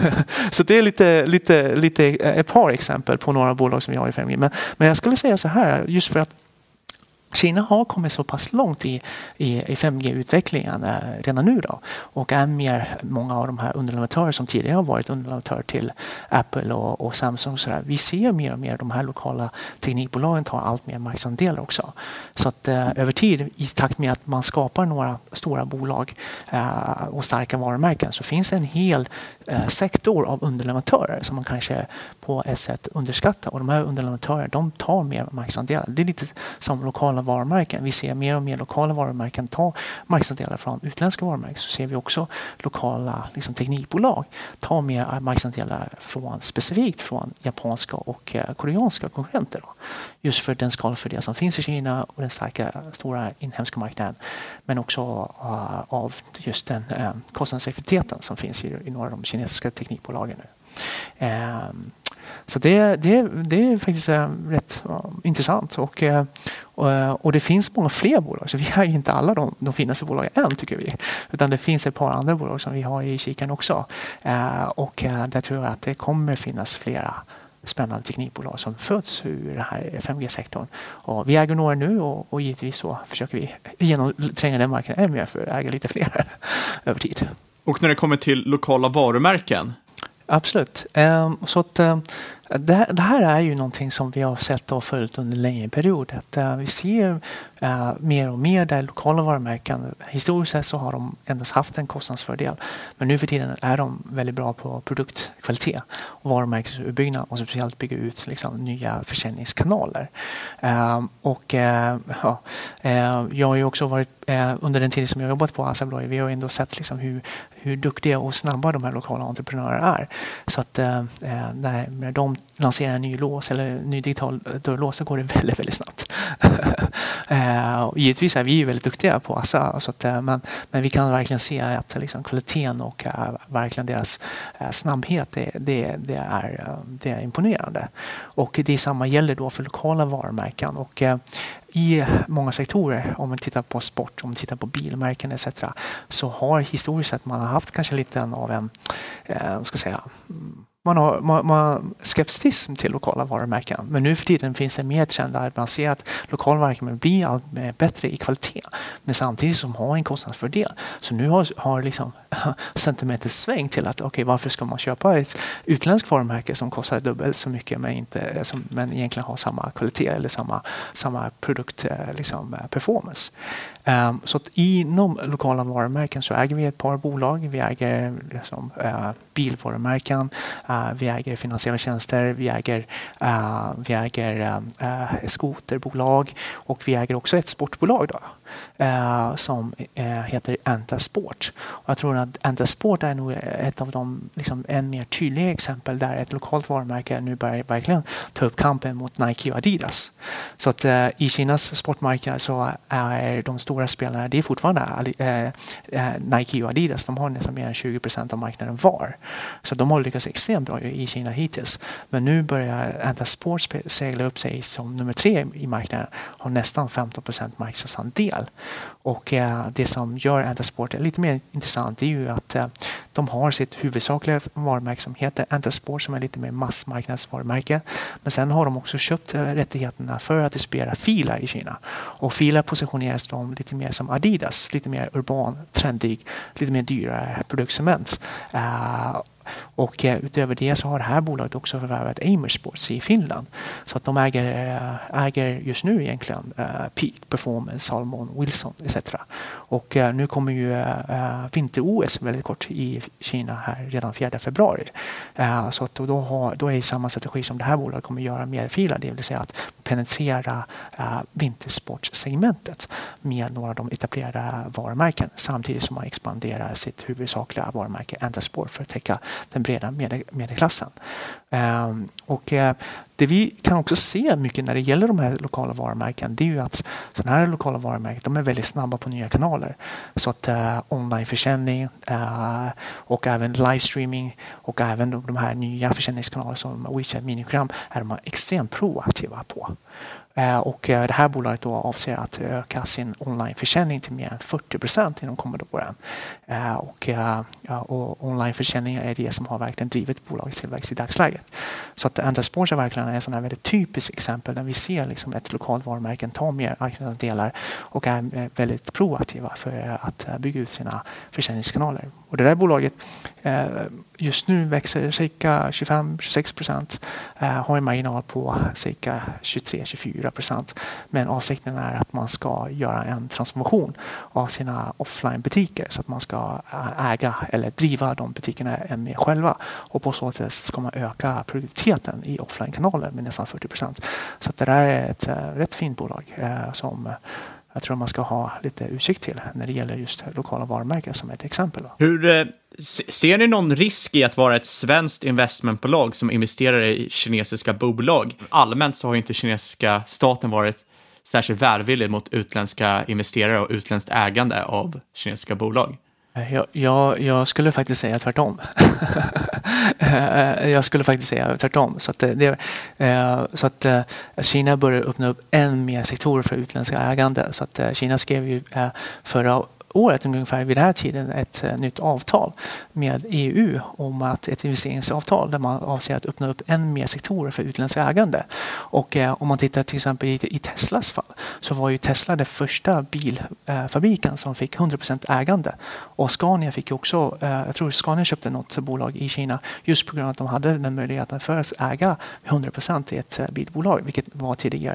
så det är lite, lite, lite ett par exempel på några bolag som vi har i fem G. Men, men jag skulle säga så här, just för att Kina har kommit så pass långt i, i, i fem G-utvecklingen eh, redan nu då. Och är mer många av de här underleverantörer som tidigare har varit underleverantör till Apple och, och Samsung. Så där. Vi ser mer och mer de här lokala teknikbolagen tar allt mer marknadsandelar också. Så att eh, över tid, i takt med att man skapar några stora bolag eh, och starka varumärken så finns en hel eh, sektor av underleverantörer som man kanske på ett sätt underskattar. Och de här underleverantörerna, de tar mer marknadsandelar. Det är lite som lokala varumärken. Vi ser mer och mer lokala varumärken ta marknadsandelar från utländska varumärken. Så ser vi också lokala liksom, teknikbolag ta mer marknadsandelar från, specifikt från japanska och eh, koreanska konkurrenter. Då. Just för den skalfördel som finns i Kina och den starka stora inhemska marknaden. Men också uh, av just den uh, kostnadseffektiviteten som finns i, i några av de kinesiska teknikbolagen nu. Um, Så det, det, det är faktiskt äh, rätt äh, intressant och, äh, och det finns många fler bolag så vi har ju inte alla de, de finaste bolagen än tycker vi utan det finns ett par andra bolag som vi har i kikan också äh, och äh, där tror jag att det kommer finnas flera spännande teknikbolag som föds ur den här fem G-sektorn. Och vi äger några nu och, och givetvis så försöker vi genomtränga den marknaden ännu mer för att äga lite fler över tid. Och när det kommer till lokala varumärken? Absolut. Um, så att, um, det, det här är ju någonting som vi har sett och följt under en längre period. Att, uh, vi ser uh, mer och mer där lokala varumärken, historiskt sett så har de endast haft en kostnadsfördel. Men nu för tiden är de väldigt bra på produkt kvalitet och varumärkesutbyggnad och speciellt bygga ut liksom, nya försäljningskanaler. Uh, och uh, ja, uh, jag har ju också varit uh, under den tid som jag har jobbat på Assa Abloy, vi har ändå sett liksom, hur, hur duktiga och snabba de här lokala entreprenörerna är. Så att uh, när, när de lanserar en ny lås eller ny digital dörrlås så går det väldigt, väldigt snabbt. uh, och givetvis är vi ju väldigt duktiga på Assa, så att, uh, men, men vi kan verkligen se att liksom, kvaliteten och uh, verkligen deras uh, snabbhet det, det, det, är, uh, det är imponerande. Och det samma gäller då för lokala varumärken. Och uh, i många sektorer, om man tittar på sport, om man tittar på bilmärken et cetera, så har historiskt sett man har haft kanske lite av en, eh, vad ska jag säga, man har, man, man skepticism till lokala varumärken. Men nu för tiden finns det mer trend där man ser att lokala varumärken blir allt bättre i kvalitet, men samtidigt som har en kostnadsfördel. Så nu har, har liksom sentimentet svängt till att okej, okay, varför ska man köpa ett utländskt varumärke som kostar dubbelt så mycket men, inte, som, men egentligen har samma kvalitet eller samma, samma produkt liksom, performance. Um, så att inom lokala varumärken så äger vi ett par bolag. Vi äger liksom, uh, bilvarumärken, uh, vi äger finansiella tjänster, vi äger, uh, vi äger uh, skoterbolag och vi äger också ett sportbolag då, uh, som uh, heter Enta Sport. Och jag tror att Enta Sport är nog ett av de liksom, en mer tydliga exempel där ett lokalt varumärke nu börjar verkligen ta upp kampen mot Nike och Adidas. Så att uh, i Kinas sportmarknad så är de stora spelarna, det är fortfarande uh, uh, Nike och Adidas. De har nästan mer än tjugo procent av marknaden var. Så de har lyckats extremt bra i Kina hittills. Men nu börjar Enta Sport segla upp sig som nummer tre i marknaden, har nästan femton procent marknadsandel. Och eh, det som gör Enta Sport lite mer intressant är ju att eh, de har sitt huvudsakliga varumärke som heter Enta Sport, som är lite mer massmarknadsvarumärke. Men sen har de också köpt eh, rättigheterna för att distribuera Fila i Kina. Och Fila positioneras de lite mer som Adidas, lite mer urban, trendig, lite mer dyrare produktsegment. Uh, Och eh, utöver det så har det här bolaget också förvärvat Amer Sports i Finland. Så att de äger, äh, äger just nu egentligen äh, Peak, Performance, Salomon, Wilson et cetera. Och äh, nu kommer ju äh, vinter-O S väldigt kort i Kina här redan fjärde februari. Äh, så att då, har, då är det samma strategi som det här bolaget kommer göra med Fila, det vill säga att penetrera äh, vintersportsegmentet med några av de etablerade varumärken samtidigt som man expanderar sitt huvudsakliga varumärke Enta Sport för att täcka den breda medelklassen. Um, och uh, det vi kan också se mycket när det gäller de här lokala varumärken, det är ju att sådana här lokala varumärken, de är väldigt snabba på nya kanaler. Så att uh, onlineförsäljning uh, och även livestreaming och även de, de här nya försäljningskanaler som WeChat Minigram är de extremt proaktiva på. Uh, och uh, det här bolaget då avser att öka sin onlineförsäljning till mer än fyrtio procent inom kommande åren. Uh, och, uh, ja, och onlineförsäljning är det som har verkligen drivit bolagets tillväxt i dagsläget. Så att Enta Sports är verkligen en sån här väldigt typisk exempel där vi ser liksom ett lokalt varumärken ta mer marknadsdelar och är väldigt proaktiva för att bygga ut sina försäljningskanaler. Och det där bolaget uh, just nu växer cirka tjugofem till tjugosex procent, uh, har en marginal på cirka tjugotre till tjugofyra procent. Men avsikten är att man ska göra en transformation av sina offline-butiker så att man ska äga eller driva de butikerna än mer själva. Och på så sätt ska man öka produktiviteten i offline-kanaler med nästan fyrtio procent. Så att det där är ett uh, rätt fint bolag uh, som uh, jag tror man ska ha lite utsikt till när det gäller just lokala varumärken som ett exempel. Hur, eh, ser ni någon risk i att vara ett svenskt investmentbolag som investerar i kinesiska bolag? Allmänt så har inte kinesiska staten varit särskilt välvillig mot utländska investerare och utländskt ägande av kinesiska bolag. Jag, jag, jag skulle faktiskt säga tvärtom. jag skulle faktiskt säga tvärtom. Så att, det, så att Kina börjar öppna upp än mer sektorer för utländska ägande. Så att Kina skrev ju förra året ungefär vid den här tiden ett uh, nytt avtal med E U om att ett investeringsavtal där man avser att öppna upp än mer sektorer för utländska ägande. Och uh, om man tittar till exempel i, i Teslas fall så var ju Tesla den första bilfabriken uh, som fick hundra procent ägande. Och Scania fick ju också, uh, jag tror Scania köpte något bolag i Kina just på grund av att de hade den möjligheten för att äga hundra procent i ett uh, bilbolag, vilket var tidigare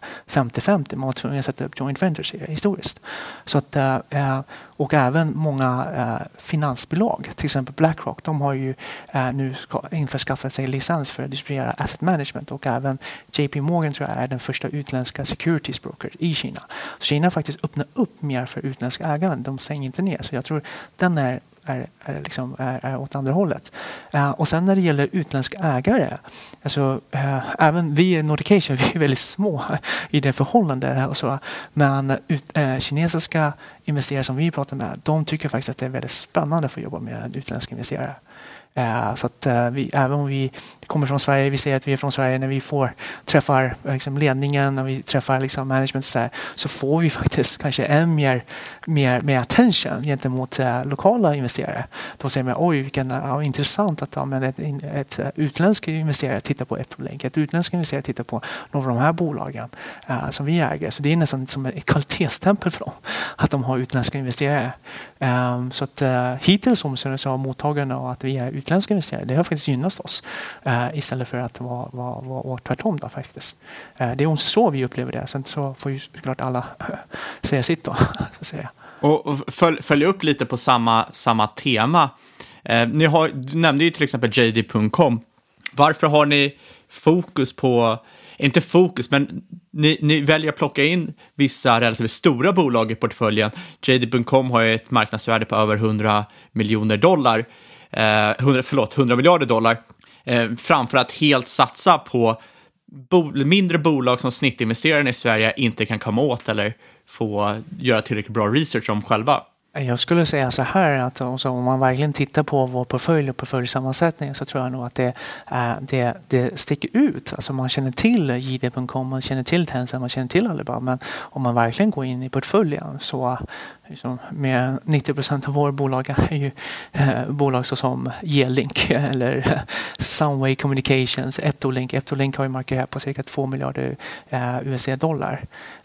femtio femtio. Man var tvungen att sätta upp joint ventures historiskt. Så att, eh, och även många eh, finansbolag, till exempel BlackRock, de har ju eh, nu ska, införskaffat sig licens för att distribuera asset management, och även J P Morgan tror jag är den första utländska securities broker i Kina. Så Kina faktiskt öppnar upp mer för utländska ägare. De stänger inte ner. Så jag tror den är Är, är, liksom, är, är åt andra hållet. Uh, och sen när det gäller utländska ägare, alltså, uh, även vi i Nordic Asia, vi är väldigt små i det förhållandet och så, men ut, uh, kinesiska investerare som vi pratar med, de tycker faktiskt att det är väldigt spännande för att jobba med utländska investerare. Uh, så att uh, vi, även om vi kommer från Sverige, vi säger att vi är från Sverige, när vi får träffar liksom, ledningen, när vi träffar liksom, management så, här, så får vi faktiskt kanske än mer, mer, mer attention gentemot uh, lokala investerare. Då säger man, oj vilken uh, intressant att ja, men ett, ett, ett utländsk investerare tittar på Epilink, ett utländsk investerare tittar på några av de här bolagen uh, som vi äger. Så det är nästan som ett kvalitetsstämpel för dem att de har utländska investerare. Um, så att uh, hittills som så har mottagarna och att vi är utländska investerare, det har faktiskt gynnat oss. Uh, istället för att vara, vara, vara, vara tvärtom då, faktiskt. Uh, det är också så vi upplever det. Sen så får ju såklart alla uh, säga sitt då, så att säga. Och, och följ, följa upp lite på samma, samma tema. Uh, ni har, du nämnde ju till exempel J D punkt com. Varför har ni fokus på, inte fokus, men ni, ni väljer att plocka in vissa relativt stora bolag i portföljen. J D punkt com har ju ett marknadsvärde på över hundra miljoner dollar. Eh, hundra, förlåt, hundra miljarder dollar. Eh, framför att helt satsa på bo- mindre bolag som snittinvesterarna i Sverige inte kan komma åt eller få göra tillräckligt bra research om själva. Jag skulle säga så här att också, om man verkligen tittar på vår portfölj och portföljsammansättning, så tror jag nog att det, äh, det, det sticker ut. Alltså man känner till J D punkt com, man känner till Tencent, man känner till Alibaba, men om man verkligen går in i portföljen så liksom, med nittio procent av våra bolag är ju eh, bolag som G-Link eller Sunway Communications, Eptolink. Eptolink har ju markerat på cirka två miljarder eh, U S D-dollar.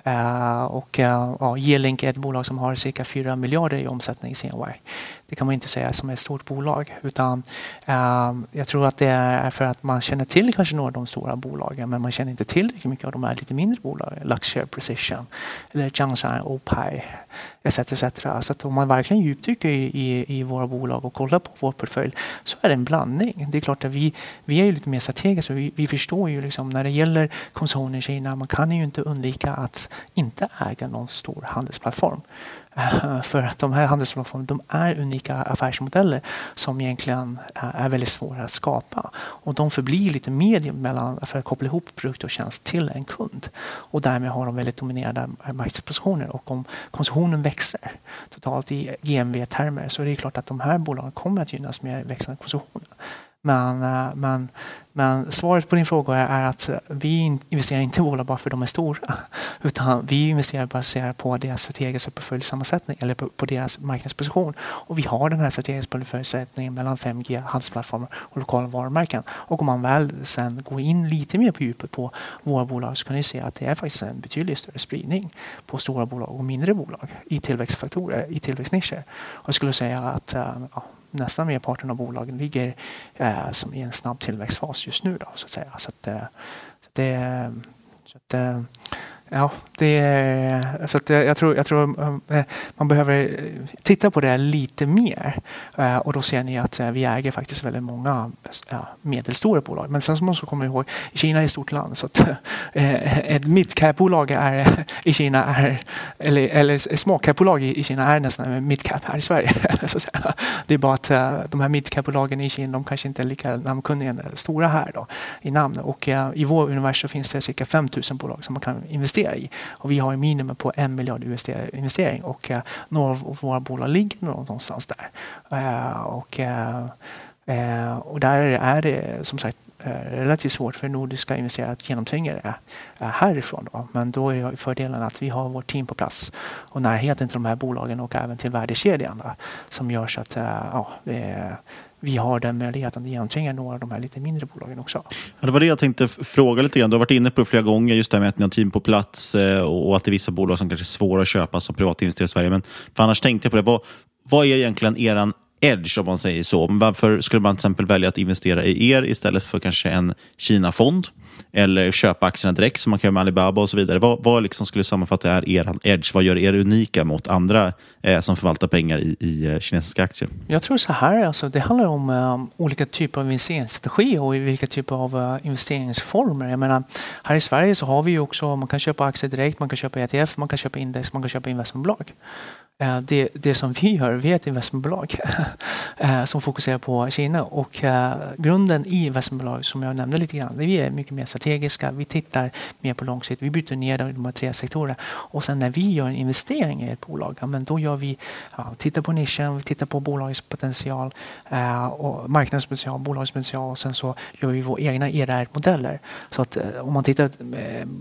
Uh, och uh, ja, G-Link är ett bolag som har cirka fyra miljarder i omsättning i C N Y. Det kan man inte säga som ett stort bolag, utan uh, jag tror att det är för att man känner till kanske några av de stora bolagen, men man känner inte till riktigt mycket av de här lite mindre bolagen, Luxshare Precision eller Jiangxi, Opay et cetera et cetera. Så att om man verkligen djupdyker i, i, i våra bolag och kollar på vår portfölj, så är det en blandning. Det är klart att vi, vi är ju lite mer strategiska, vi, vi förstår ju liksom när det gäller konsumtion i Kina, man kan ju inte undvika att inte äga någon stor handelsplattform. Uh, för att de här handelsplattformarna, de är unika affärsmodeller som egentligen uh, är väldigt svåra att skapa. Och de förblir lite medium mellan, för att koppla ihop produkt och tjänst till en kund. Och därmed har de väldigt dominerande marknadspositioner. Och om konsumtionen växer totalt i G M V-termer, så är det klart att de här bolagen kommer att gynnas med växande konsumtion. Men, men, men svaret på din fråga är att vi investerar inte i bolag bara för att de är stora, utan vi investerar baserat på deras strategiska portföljsammansättning eller på, på deras marknadsposition. Och vi har den här strategiska portföljsammansättningen mellan fem G, handelsplattformar och lokala varumärken. Och om man väl sen går in lite mer på djupet på våra bolag, så kan ni se att det är faktiskt en betydligt större spridning på stora bolag och mindre bolag i tillväxtfaktorer, i tillväxtnischer. Och jag skulle säga att ja, nästan merparten av bolagen ligger eh, som i en snabb tillväxtfas just nu då, så att säga. Så att, eh, så att det, så att, eh, ja, det är, så att jag tror, jag tror eh, man behöver titta på det lite mer. Eh, och då ser ni att eh, vi äger faktiskt väldigt många ja, medelstora bolag. Men sen som man ska komma ihåg, Kina är ett stort land, så att eh, ett midcap-bolag är, i Kina är, eller, eller ett småcap-bolag i, i Kina är nästan en midcap här i Sverige. Så att säga. Det är bara att eh, de här midcap-bolagen i Kina, de kanske inte är lika namnkunniga stora här då, i namn. Och eh, i vår universum finns det cirka fem tusen bolag som man kan investera i. Och vi har en minimum på en miljard U S D-investering, och eh, några av våra bolag ligger någonstans där. Eh, och, eh, och där är det som sagt relativt svårt för nordiska investerare att genomtränga det härifrån. Då. Men då är fördelen att vi har vårt team på plats och närheten till de här bolagen och även till värdekedjan som gör så att ja, vi har den möjligheten att genomtränga några av de här lite mindre bolagen också. Ja, det var det jag tänkte fråga lite grann. Du har varit inne på det flera gånger, just det här med att ni har team på plats och att det är vissa bolag som kanske är svåra att köpa som privatinvesterare i Sverige. Men för annars tänkte jag på det. Vad, vad är egentligen eran edge om man säger så. Men varför skulle man till exempel välja att investera i er istället för kanske en Kina-fond? Eller köpa aktierna direkt som man kan göra med Alibaba och så vidare. Vad, vad liksom skulle sammanfatta är er edge? Vad gör er unika mot andra eh, som förvaltar pengar i, i kinesiska aktier? Jag tror så här, alltså, det handlar om um, olika typer av investeringsstrategi och i vilka typer av uh, investeringsformer. Jag menar, här i Sverige så har vi ju också, man kan köpa aktier direkt, man kan köpa E T F, man kan köpa index, man kan köpa investmentbolag. Det, det som vi gör, vi är ett investmentbolag som fokuserar på Kina och grunden i investmentbolag som jag nämnde lite grann, vi är mycket mer strategiska, vi tittar mer på lång sikt, vi byter ner de här tre sektorerna och sen när vi gör en investering i ett bolag, ja, men då gör vi, ja, tittar på nischen, vi tittar på bolagets potential och marknadspotential, bolagets potential och sen så gör vi våra egna E R R-modeller. Så att om man tittar på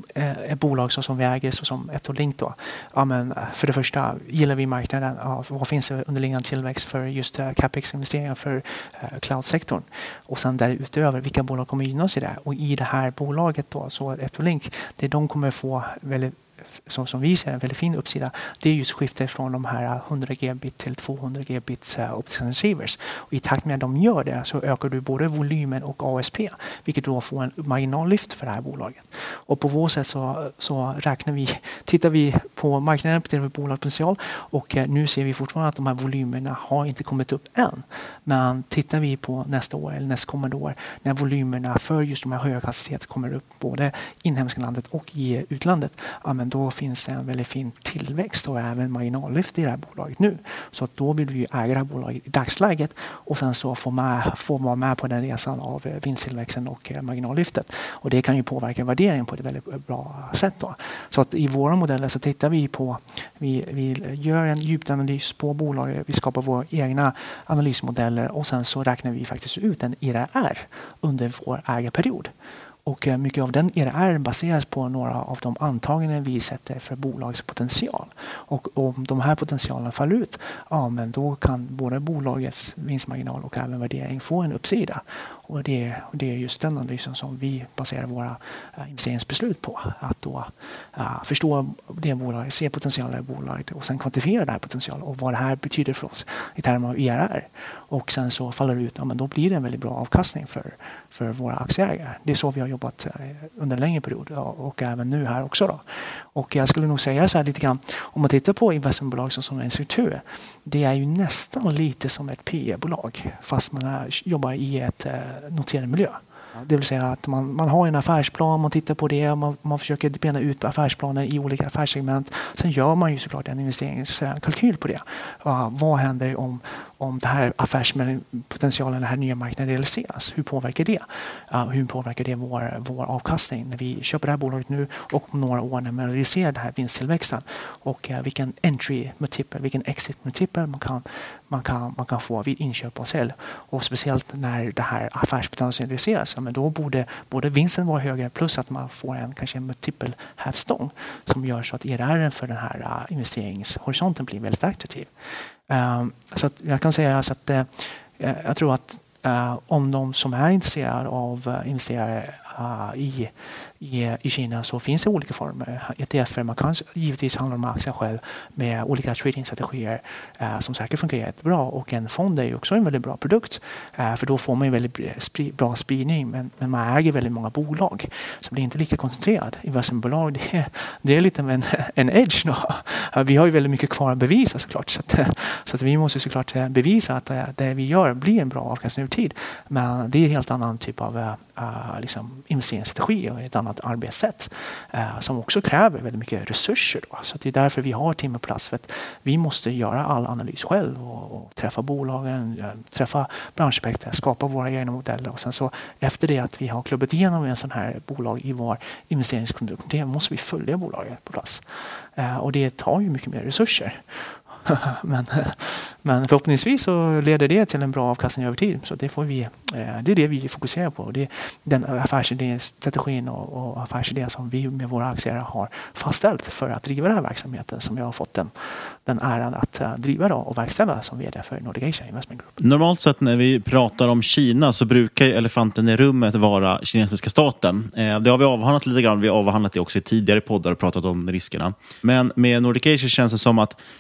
ett bolag som vi äger så som Eptolink då, ja, men för det första gillar vi marknaden, ja, vad finns det underliggande tillväxt för just uh, capex-investeringar för uh, cloud-sektorn och sen därutöver vilka bolag kommer gynnas i det och i det här bolaget då så Eptolink, det de kommer få väldigt som, som vi ser en väldigt fin uppsida, det är just skiftet från de här hundra gigabit till tvåhundra gigabit uh, optical receivers. Och i takt med att de gör det så ökar du både volymen och A S P, vilket då får en marginallyft för det här bolaget. Och på vår sätt så, så räknar vi, tittar vi på marknaden på bolagspotential och uh, nu ser vi fortfarande att de här volymerna har inte kommit upp än. Men tittar vi på nästa år eller nästkommande år när volymerna för just de här höga hastigheter kommer upp både inhemska landet och i utlandet, ja, men då finns det en väldigt fin tillväxt och även marginallyft i det här bolaget nu. Så att då vill vi äga det här bolaget i dagsläget och sen så får man få vara med på den resan av vinsttillväxten och marginallyftet. Och det kan ju påverka värderingen på ett väldigt bra sätt då. Så att i våra modeller så tittar vi på, vi, vi gör en djupanalys på bolaget, vi skapar våra egna analysmodeller och sen så räknar vi faktiskt ut en E R R under vår ägarperiod. Och mycket av den E R R baseras på några av de antaganden vi sätter för bolagets potential. Och om de här potentialen faller ut, ja, men då kan både bolagets vinstmarginal och även värdering få en uppsida. Och det, det är just den analysen som vi baserar våra uh, investeringsbeslut på. Att då uh, förstå det bolaget, se potentialen i bolaget och sen kvantifiera det här potentialen och vad det här betyder för oss i termer av E R R. Och sen så faller det ut, ja, men då blir det en väldigt bra avkastning för, för våra aktieägare. Det är så vi har jobbat under en längre period och även nu här också då. Och jag skulle nog säga så här lite grann, om man tittar på investmentbolag som en struktur, det är ju nästan lite som ett P E-bolag fast man är, jobbar i ett eh, noterad miljö. Det vill säga att man, man har en affärsplan, man tittar på det, man, man försöker bena ut affärsplaner i olika affärssegment. Sen gör man ju såklart en investeringskalkyl på det. Uh, vad händer om, om det här affärspotentialen, den här nya marknaden realiseras? Hur påverkar det? Uh, hur påverkar det vår, vår avkastning när vi köper det här bolaget nu och om några år när man realiserar den här vinsttillväxten? Och uh, vilken entry multiple, vilken exit multiple man kan, man kan, man kan få vid inköp och sälj. Och speciellt när det här affärspotentialen realiseras, men då borde både vinsten vara högre plus att man får en kanske en multiple hävstång som gör så att E R R för den här uh, investeringshorisonten blir väldigt attraktiv. Uh, så att jag kan säga så att uh, jag tror att uh, om de som är intresserade av uh, investerare uh, i I, I Kina så finns det olika former. E T F, man kan givetvis handla om aktier själv med olika tradingstrategier eh, som säkert fungerar jättebra. Och en fond är ju också en väldigt bra produkt. Eh, för då får man ju väldigt spri, bra spridning. Men, men man äger väldigt många bolag. Så blir inte lika koncentrerad. Investmentbolag, det är, det är lite en, en edge då. Vi har ju väldigt mycket kvar att bevisa såklart. Så, att, så att vi måste såklart bevisa att det vi gör blir en bra avkastning över tid. Men det är en helt annan typ av uh, liksom investeringsstrategi och ett annat arbetssätt eh, som också kräver väldigt mycket resurser. Då. Så det är därför vi har team på plats. För att vi måste göra all analys själv och, och träffa bolagen, träffa branschexperter, skapa våra egna modeller och sen så efter det att vi har klubbat igenom en sån här bolag i vår investeringskommitté måste vi följa bolaget på plats. Eh, och det tar ju mycket mer resurser. men, men förhoppningsvis så leder det till en bra avkastning över tid. Så det, får vi, det är det vi fokuserar på. Det är den affärsidéstrategin och, och affärsidén som vi med våra aktier har fastställt för att driva den här verksamheten som jag har fått den, den äran att driva då och verkställa som vd för Nordic Asia Investment Group. Normalt sett när vi pratar om Kina så brukar elefanten i rummet vara kinesiska staten. Det har vi avhandlat lite grann. Vi har avhandlat det också i tidigare poddar och pratat om riskerna. Men med Nordic Asia känns det som att elefanten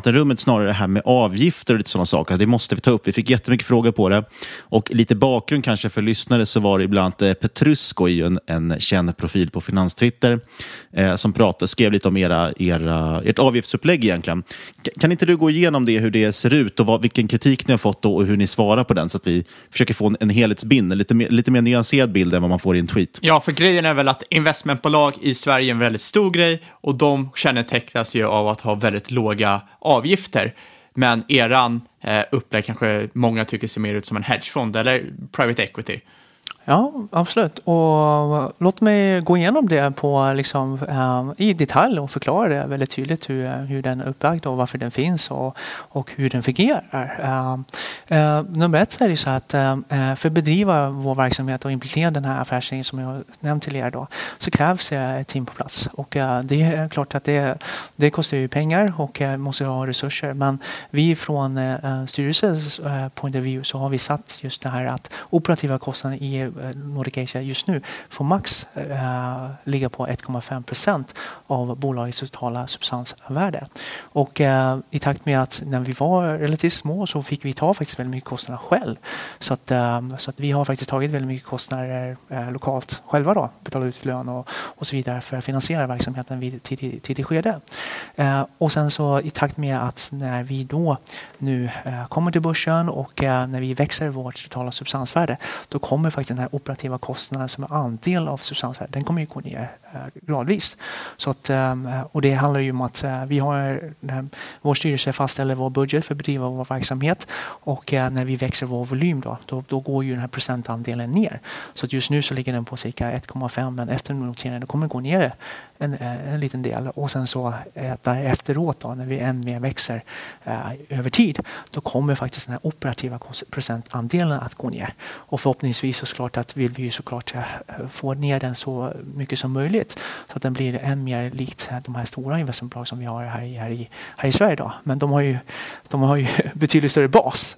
rummet snarare det här med avgifter och lite sådana saker. Det måste vi ta upp. Vi fick jättemycket frågor på det. Och lite bakgrund kanske för lyssnare så var det ibland eh, Petrusko, en, en känd profil på Finanstwitter, eh, som pratade, skrev lite om era, era, ert avgiftsupplägg egentligen. K- kan inte du gå igenom det, hur det ser ut och vad, vilken kritik ni har fått då, och hur ni svarar på den, så att vi försöker få en, en helhetsbild, en lite mer, lite mer nyanserad bild än vad man får i en tweet? Ja, för grejen är väl att investmentbolag i Sverige är en väldigt stor grej och de kännetecknas ju av att ha väldigt låga avgifter. Men eran eh, upplägg kanske många tycker ser mer ut som en hedgefond eller private equity. Ja, absolut. Och låt mig gå igenom det på, liksom, um, i detalj och förklara det väldigt tydligt hur, hur den är uppbyggd och varför den finns och, och hur den fungerar. Um, uh, nummer ett så är det så att uh, för att bedriva vår verksamhet och implementera den här affärsidén som jag nämnt till er då, så krävs ett team på plats. Och uh, det är klart att det, det kostar ju pengar och uh, måste ha resurser. Men vi från uh, styrelsens uh, point of view så har vi satt just det här att operativa kostnader i Nordic Asia just nu får max uh, ligga på ett komma fem procent av bolagets totala substansvärde. Och uh, i takt med att när vi var relativt små så fick vi ta faktiskt väldigt mycket kostnader själv. Så att, uh, så att vi har faktiskt tagit väldigt mycket kostnader uh, lokalt själva då, betalat ut lön och, och så vidare för att finansiera verksamheten vid tidig, tidig skede. Uh, och sen så i takt med att när vi då nu uh, kommer till börsen och uh, när vi växer vårt totala substansvärde, då kommer faktiskt den här operativa kostnaden som är andel av substansvärdet, den kommer ju gå ner eh, gradvis. Så att, eh, och det handlar ju om att eh, vi har, eh, vår styrelse fastställer vår budget för att bedriva vår verksamhet och eh, när vi växer vår volym då, då, då går ju den här procentandelen ner. Så att just nu så ligger den på cirka ett komma fem, men efter noteringen det kommer gå ner en, en liten del och sen så eh, där efteråt då, när vi än mer växer eh, över tid, då kommer faktiskt den här operativa procentandelen att gå ner. Och förhoppningsvis så såklart att vill vi ju såklart få ner den så mycket som möjligt så att den blir än mer likt de här stora investmentbolag som vi har här i, här i, här i Sverige då. Men de har ju, de har ju betydligt större bas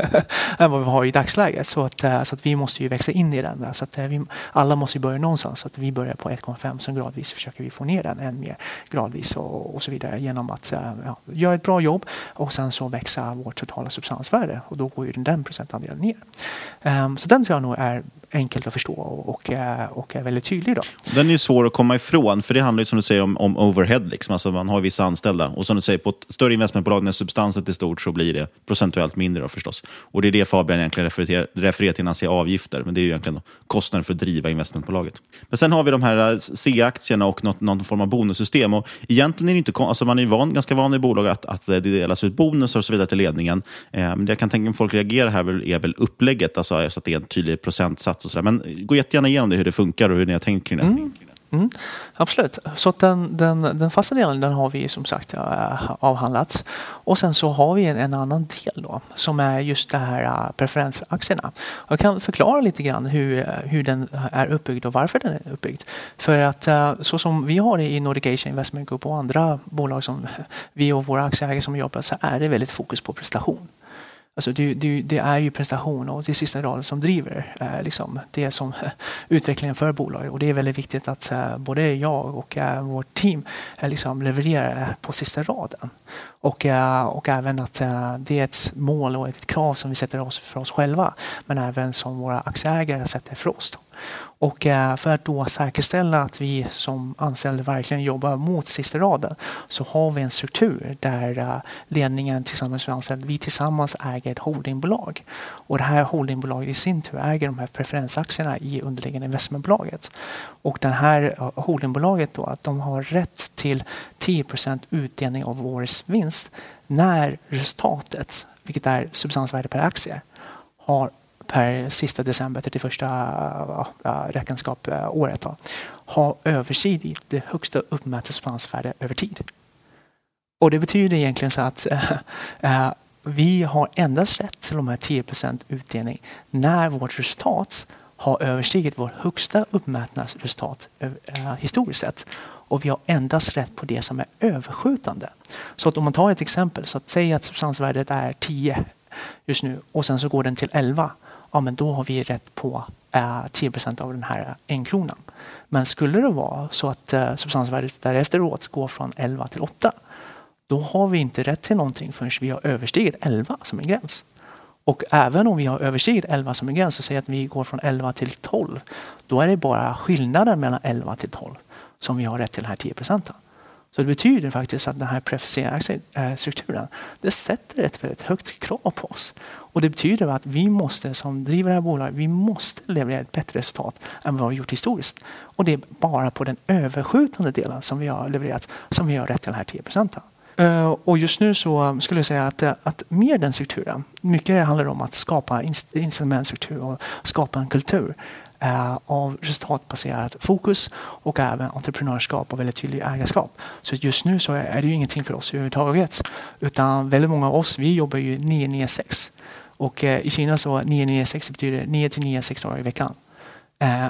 än vad vi har i dagsläget. Så att, så att vi måste ju växa in i den där. Så att vi, alla måste ju börja någonstans. Så att vi börjar på ett komma fem, så gradvis försöker vi få ner den än mer gradvis och, och så vidare genom att ja, göra ett bra jobb och sen så växa vårt totala substansvärde och då går ju den, den procentandelen ner. Um, så den tror jag nog är enkelt att förstå och, och, och är väldigt tydlig då. Den är ju svår att komma ifrån, för det handlar ju som du säger om, om overhead. Liksom. Alltså man har vissa anställda och som du säger på ett större investmentbolag när substanset är stort så blir det procentuellt mindre då, förstås. Och det är det Fabian egentligen refererar, refererar till när han säger avgifter, men det är ju egentligen kostnaden för att driva investmentbolaget. Men sen har vi de här C-aktierna och något, någon form av bonussystem och egentligen är det inte, alltså man är ju van, ganska van i bolag att, att det delas ut bonusar och så vidare till ledningen. Eh, men det jag kan tänka mig folk reagerar här är, är väl upplägget, alltså så att det är en tydlig procentsats och sådär. Men gå jättegärna igenom det, hur det funkar och hur ni har tänkt kring det. Mm. Mm, absolut. Så att den, den, den fasta delen den har vi som sagt avhandlat. Och sen så har vi en, en annan del då som är just det här preferensaktierna. Jag kan förklara lite grann hur, hur den är uppbyggd och varför den är uppbyggd. För att så som vi har det i Nordic Asia Investment Group och andra bolag som vi och våra aktieägare som jobbar, så är det väldigt fokus på prestation. Alltså det, det, det är ju prestation och det sista raden som driver eh, liksom, det som eh, utvecklingen för bolag. Och det är väldigt viktigt att eh, både jag och eh, vårt team eh, liksom levererar på sista raden. Och, eh, och även att eh, det är ett mål och ett krav som vi sätter oss för oss själva, men även som våra aktieägare sätter för oss. Och för att då säkerställa att vi som anställda verkligen jobbar mot sista raden, så har vi en struktur där ledningen tillsammans med anställda, vi tillsammans äger ett holdingbolag. Och det här holdingbolaget i sin tur äger de här preferensaktierna i underliggande investmentbolaget. Och det här holdingbolaget då, att de har rätt till tio procent utdelning av årets vinst när resultatet, vilket är substansvärde per aktie, har per sista december till första uh, räkenskap uh, året då, har överskridit det högsta uppmätta substansvärde över tid. Och det betyder egentligen så att uh, uh, vi har endast rätt till de här tio procent utdelning när vårt resultat har överstigit vårt högsta uppmätna resultat uh, historiskt sett. Och vi har endast rätt på det som är överskjutande. Så att om man tar ett exempel, så att säga att substansvärdet är tio just nu och sen så går den till elva. Ja, men då har vi rätt på eh, tio procent av den här en kronan. Men skulle det vara så att eh, substansvärdet därefteråt går från elva till åtta, då har vi inte rätt till någonting förrän vi har överstigit elva som en gräns. Och även om vi har överstigit elva som en gräns och säger att vi går från elva till tolv, då är det bara skillnaden mellan elva till tolv som vi har rätt till den här tio procenten. Så det betyder faktiskt att den här preferenserade aktiestrukturen, det sätter ett väldigt högt krav på oss. Och det betyder att vi måste, som driver det här bolaget, vi måste leverera ett bättre resultat än vad vi har gjort historiskt. Och det är bara på den överskjutande delen som vi har levererat som vi har rätt till den här tio procenten. Uh, och just nu så skulle jag säga att, att med den strukturen, mycket handlar om att skapa incitamentstruktur och skapa en kultur uh, av resultatbaserad fokus och även entreprenörskap och väldigt tydlig ägarskap. Så just nu så är det ju ingenting för oss överhuvudtaget, utan väldigt många av oss, vi jobbar ju nio nio sex och uh, i Kina så nio nio sex betyder nio till nio sex dagar i veckan. Uh,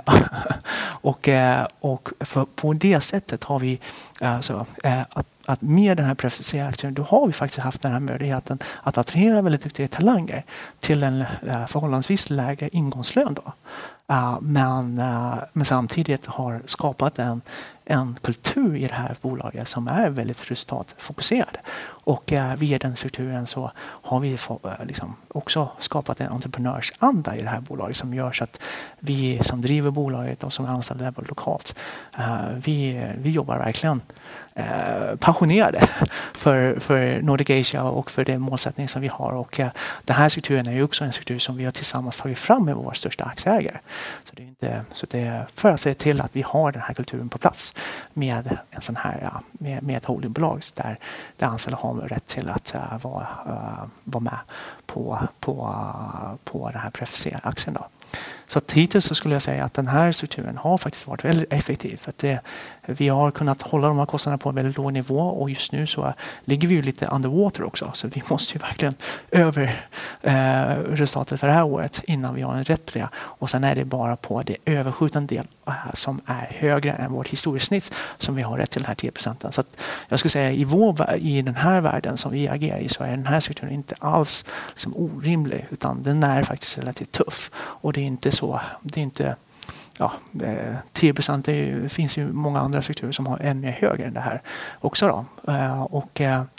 och uh, och för, på det sättet har vi alltså uh, att med den här preferenserade aktien, då har vi faktiskt haft den här möjligheten att attrahera väldigt duktiga talanger till en uh, förhållandevis lägre ingångslön då. Uh, men, uh, men samtidigt har skapat en, en kultur i det här bolaget som är väldigt resultatfokuserad. Och uh, via den strukturen så har vi få, uh, liksom också skapat en entreprenörsanda i det här bolaget som gör så att vi som driver bolaget och som anställda lokalt, uh, vi, vi jobbar verkligen uh, passionerade för, för Nordic Asia och för den målsättning som vi har. Och uh, den här strukturen är ju också en struktur som vi har tillsammans tagit fram med våra största aktieägare. Så det är inte, så det är för att se till att vi har den här kulturen på plats med en sån här med, med ett holdingbolag där de anställda har rätt till att uh, vara, uh, vara med på, på, uh, på den här preferenserade aktien då. Så hittills så skulle jag säga att den här strukturen har faktiskt varit väldigt effektiv. För att det, vi har kunnat hålla de här kostnaderna på en väldigt låg nivå och just nu så ligger vi ju lite underwater också. Så vi måste ju verkligen över eh, resultatet för det här året innan vi har en rätt på det. Och sen är det bara på det överskjutande del eh, som är högre än vårt historiskt snitt som vi har rätt till den här tio procenten. Så att jag skulle säga i, vår, i den här världen som vi agerar i så är den här strukturen inte alls liksom orimlig, utan den är faktiskt relativt tuff. Och det är inte så, det är inte, ja, tio procent, det finns ju många andra strukturer som har ännu mer högre än det här också då. Och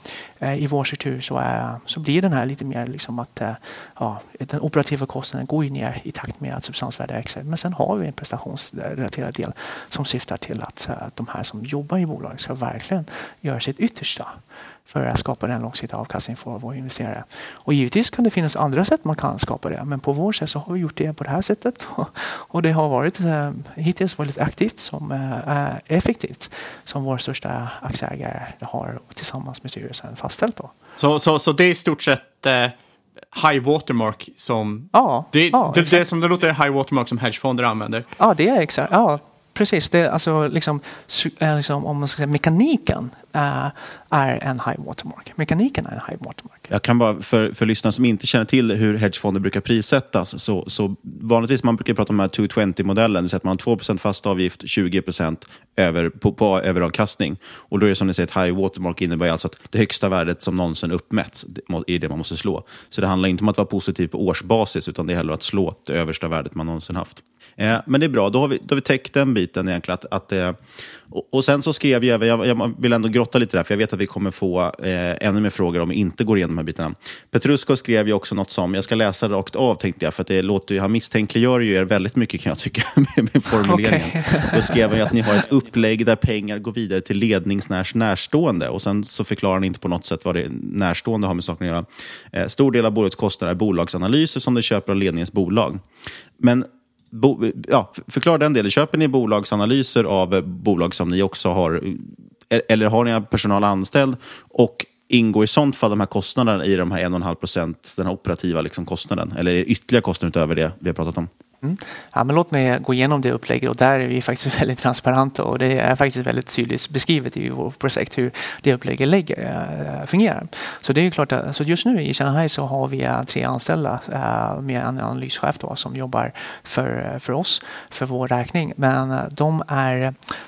i vår struktur så, är, så blir den här lite mer liksom att ja, den operativa kostnaden går ju ner i takt med att substansvärde växer. Men sen har vi en prestationsrelaterad del som syftar till att, att de här som jobbar i bolaget ska verkligen göra sitt yttersta för att skapa den långsiktiga avkastning för våra investerare. Och givetvis kan det finnas andra sätt man kan skapa det, men på vår sätt så har vi gjort det på det här sättet och det har varit eh, hittills väldigt aktivt som eh, effektivt som vår största aktieägare har tillsammans med styrelsen fastställt på. Så, så, så det är i stort sett eh, high watermark som ja, det, ja, det, det som det låter high watermark som hedgefonder använder. Ja, det är exakt. Ja. Precis, det är alltså liksom, liksom om man ska säga mekaniken äh, är en high watermark. Mekaniken är en high watermark. Jag kan bara för, för lyssnare som inte känner till hur hedgefonder brukar prissättas, så, så vanligtvis man brukar prata om den här tvåhundratjugo-modellen, det vill säga att man har två procent fast avgift, tjugo procent över, på, på överavkastning. Och då är det som ni säger, ett high watermark innebär alltså att det högsta värdet som någonsin uppmätts är det man måste slå. Så det handlar inte om att vara positiv på årsbasis, utan det är heller att slå det översta värdet man någonsin haft. Eh, men det är bra, då har vi, då har vi täckt den biten egentligen. Att, att, eh, och, och sen så skrev jag, jag, jag vill ändå grotta lite där, för jag vet att vi kommer få eh, ännu mer frågor om vi inte går igenom de här bitarna. Petrusko skrev ju också något som, jag ska läsa rakt av tänkte jag, för att det låter ju, han misstänkliggör ju er väldigt mycket kan jag tycka med, med formuleringen. Okay. Då skrev han ju att ni har ett upplägg där pengar går vidare till ledningsnärs närstående, och sen så förklarar han inte på något sätt vad det närstående har med saken att göra. Eh, stor del av bolagets kostnader är bolagsanalyser som det köper av ledningens bolag. Men Bo, ja, förklara den delen. Köper ni bolagsanalyser av bolag som ni också har, eller har ni personal anställd, och ingår i sånt fall de här kostnaderna i de här en komma fem procent, den här operativa liksom kostnaden, eller är det ytterligare kostnader utöver det vi har pratat om? Mm. Ja, men låt mig gå igenom det upplägget, och där är vi faktiskt väldigt transparenta, och det är faktiskt väldigt tydligt beskrivet i vår projekt hur det upplägget lägger, äh, fungerar. Så det är ju klart att så just nu i Shanghai så har vi äh, tre anställda äh, med en analyschef då, som jobbar för, för oss, för vår räkning. Men äh, de är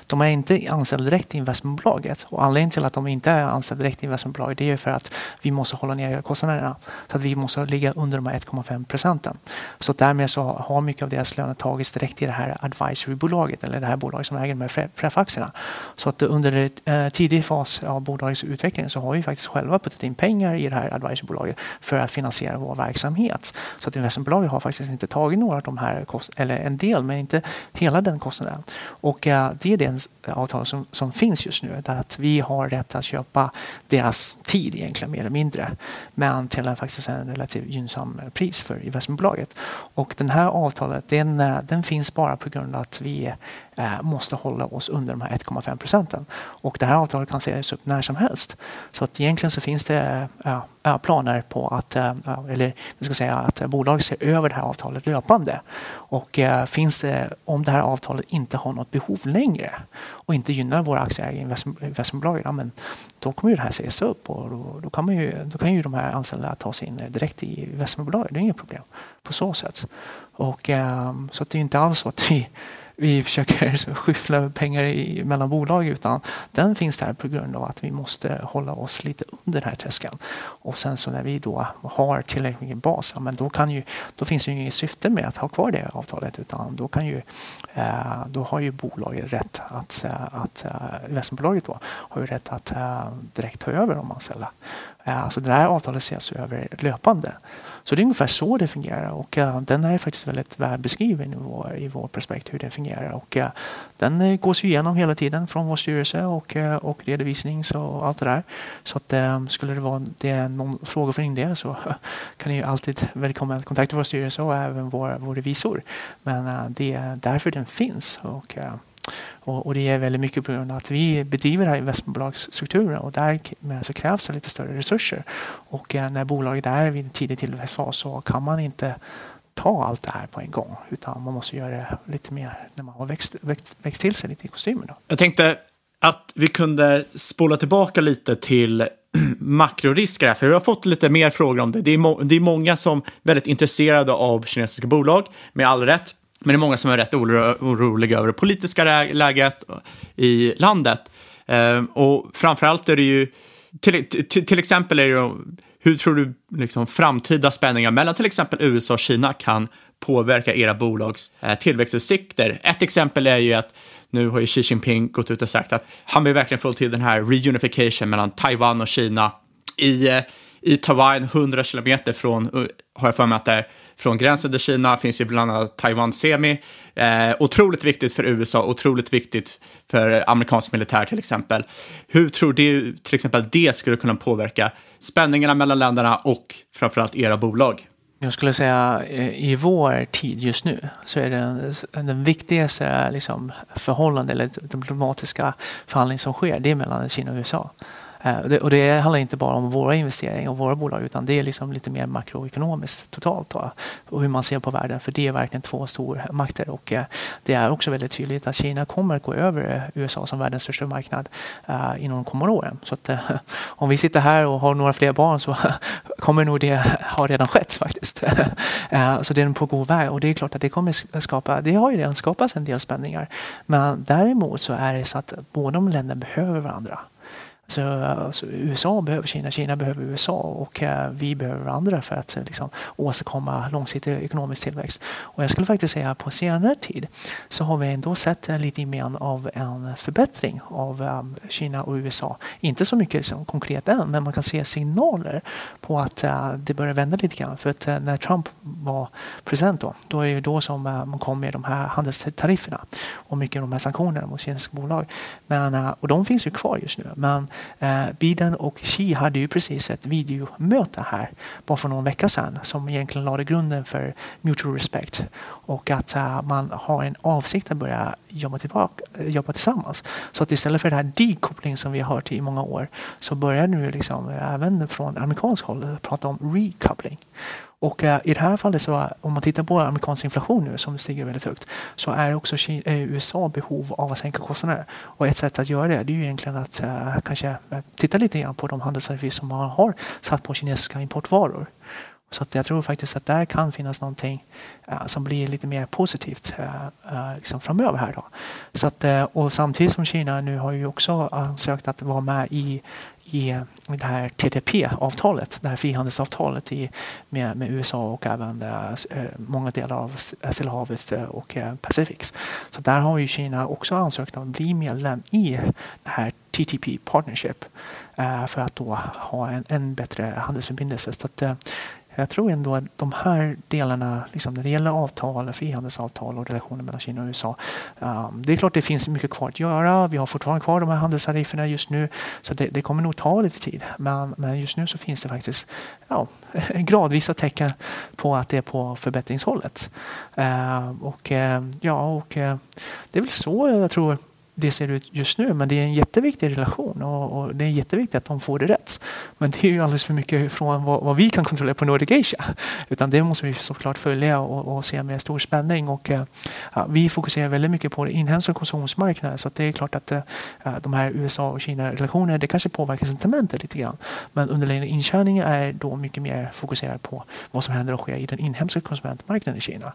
de är inte anställda direkt i investmentbolaget. Och anledningen till att de inte är anställda direkt i investmentbolaget, det är för att vi måste hålla ner kostnaderna. Så att vi måste ligga under de här ett komma fem procenten. Så att därmed så har mycket av deras löner tagits direkt i det här advisory-bolaget, eller det här bolaget som äger de här pref-aktierna. Så att under en tidig fas av bolagets utveckling så har vi faktiskt själva puttat in pengar i det här advisory-bolaget för att finansiera vår verksamhet. Så att investmentbolaget har faktiskt inte tagit några av de här kost- eller en del, men inte hela den kostnaden. Och uh, det är det avtal som, som finns just nu, där att vi har rätt att köpa deras tid egentligen mer eller mindre, men till en faktiskt en relativt gynnsam pris för investmentbolaget. Och den här avtalet, den, den finns bara på grund av att vi eh, måste hålla oss under de här ett komma fem procenten. Och det här avtalet kan sägas upp när som helst. Så att egentligen så finns det äh, planer på att, äh, eller vi ska säga att bolag ser över det här avtalet löpande. Och äh, finns det, om det här avtalet inte har något behov längre och inte gynnar våra aktieägare i investmentbolaget, ja, men då kommer ju det här sägas upp, och då, då, kan man ju, då kan ju de här anställda ta sig in direkt i investmentbolaget. Det är inget problem på så sätt. Och, äh, så att det är inte alls så att vi vi försöker så skyffla pengar i, mellan bolag, utan den finns där på grund av att vi måste hålla oss lite under den här tröskeln. Och sen så när vi då har tillräckligt mycket bas, ja, men då, kan ju, då finns det ju inget syfte med att ha kvar det avtalet, utan då, kan ju, eh, då har ju bolaget rätt att, att äh, investmentbolaget då har ju rätt att äh, direkt ta över de anställda. Alltså det här avtalet ses över löpande. Så det är ungefär så det fungerar, och uh, den är faktiskt väldigt väl beskriven i vår, i vår perspektiv hur det fungerar. Och uh, den uh, gås ju igenom hela tiden från vår styrelse och, uh, och redovisnings och allt det där. Så att uh, skulle det vara det någon fråga för det, så uh, kan ni ju alltid välkomna kontakta vår styrelse och även vår, vår revisor. Men uh, det är därför den finns. Och uh, Och, och det är väldigt mycket på grund av att vi bedriver den här investmentbolagsstrukturen, och där så krävs det lite större resurser. Och eh, när bolaget är vid en tidig tillväxtfas så kan man inte ta allt det här på en gång, utan man måste göra det lite mer när man har växt, växt, växt till sig lite i kostymen. Då. Jag tänkte att vi kunde spola tillbaka lite till makrorisker här, för vi har fått lite mer frågor om det. Det är, må- det är många som är väldigt intresserade av kinesiska bolag, med all rätt. Men det är många som är rätt oroliga över det politiska läget i landet. Ehm, och framförallt är det ju, till, till, till exempel är det ju, hur tror du liksom framtida spänningar mellan till exempel U S A och Kina kan påverka era bolags eh, tillväxtutsikter? Ett exempel är ju att nu har ju Xi Jinping gått ut och sagt att han vill verkligen få till den här reunification mellan Taiwan och Kina. I, eh, i Taiwan, hundra kilometer från, har jag för mig att det är, från gränsen till Kina finns ju bland annat Taiwan Semi. Eh, otroligt viktigt för U S A, otroligt viktigt för amerikansk militär till exempel. Hur tror du till exempel det skulle kunna påverka spänningarna mellan länderna och framförallt era bolag? Jag skulle säga i vår tid just nu så är det den, den viktigaste liksom, förhållande eller diplomatiska förhandling som sker, det är mellan Kina och U S A. Och det handlar inte bara om våra investeringar och våra bolag, utan det är liksom lite mer makroekonomiskt totalt, va? Och hur man ser på världen, för det är verkligen två stora makter, och det är också väldigt tydligt att Kina kommer att gå över U S A som världens största marknad uh, inom de kommande åren. Så att uh, om vi sitter här och har några fler barn så kommer nog det ha redan skett faktiskt. uh, så det är på god väg, och det är klart att det kommer skapa, det har ju redan skapats en del spänningar, men däremot så är det så att båda de länderna behöver varandra. Så alltså, U S A behöver Kina, Kina behöver U S A, och eh, vi behöver andra för att liksom, åstadkomma långsiktig ekonomisk tillväxt. Och jag skulle faktiskt säga att på senare tid så har vi ändå sett en lite mer av en förbättring av um, Kina och U S A. Inte så mycket liksom, konkret än, men man kan se signaler på att uh, det börjar vända lite grann. För att uh, när Trump var president då, då är det ju då som uh, man kom med de här handelstarifferna och mycket av de här sanktionerna mot kinesiska bolag. Men, uh, och de finns ju kvar just nu, men Uh, Biden och Xi hade ju precis ett videomöte här bara för någon vecka sedan som egentligen lade grunden för mutual respect, och att uh, man har en avsikt att börja jobba, tillbaka, jobba tillsammans. Så att istället för det här decoupling som vi har hört i många år, så börjar nu liksom, även från amerikansk håll prata om recoupling. Och uh, i det här fallet så, om man tittar på amerikansk inflation nu som stiger väldigt högt, så är också Kina, uh, U S A behov av att sänka kostnader. Och ett sätt att göra det, det är ju egentligen att uh, kanske uh, titta lite grann på de handelstariffer som man har satt på kinesiska importvaror. Så att jag tror faktiskt att där kan finnas någonting uh, som blir lite mer positivt uh, uh, liksom framöver här då. Så att, uh, och samtidigt som Kina nu har ju också ansökt att vara med i, i det här T T P-avtalet, det här frihandelsavtalet i, med, med U S A och även uh, många delar av Stillahavet och uh, Pacifics. Så där har ju Kina också ansökt om att bli medlem i det här T T P Partnership uh, för att då ha en, en bättre handelsförbindelse. Så att, uh, jag tror ändå att de här delarna, liksom när det gäller avtal, frihandelsavtal och relationer mellan Kina och U S A, um, det är klart det finns mycket kvar att göra. Vi har fortfarande kvar de här handelstarifferna just nu, så det, det kommer nog ta lite tid. Men, men just nu så finns det faktiskt ja, gradvisa tecken på att det är på förbättringshållet. Uh, och uh, ja, och uh, det är väl så jag tror det ser ut just nu, men det är en jätteviktig relation och, och det är jätteviktigt att de får det rätt. Men det är ju alldeles för mycket från vad, vad vi kan kontrollera på Nordic Asia. Utan det måste vi såklart följa och, och se med stor spänning. Och, ja, vi fokuserar väldigt mycket på det inhemska konsumtionsmarknaden, så att det är klart att ja, de här U S A och Kina-relationer, det kanske påverkar sentimentet lite grann. Men underliggande intjäning är då mycket mer fokuserad på vad som händer och sker i den inhemska konsumentmarknaden i Kina.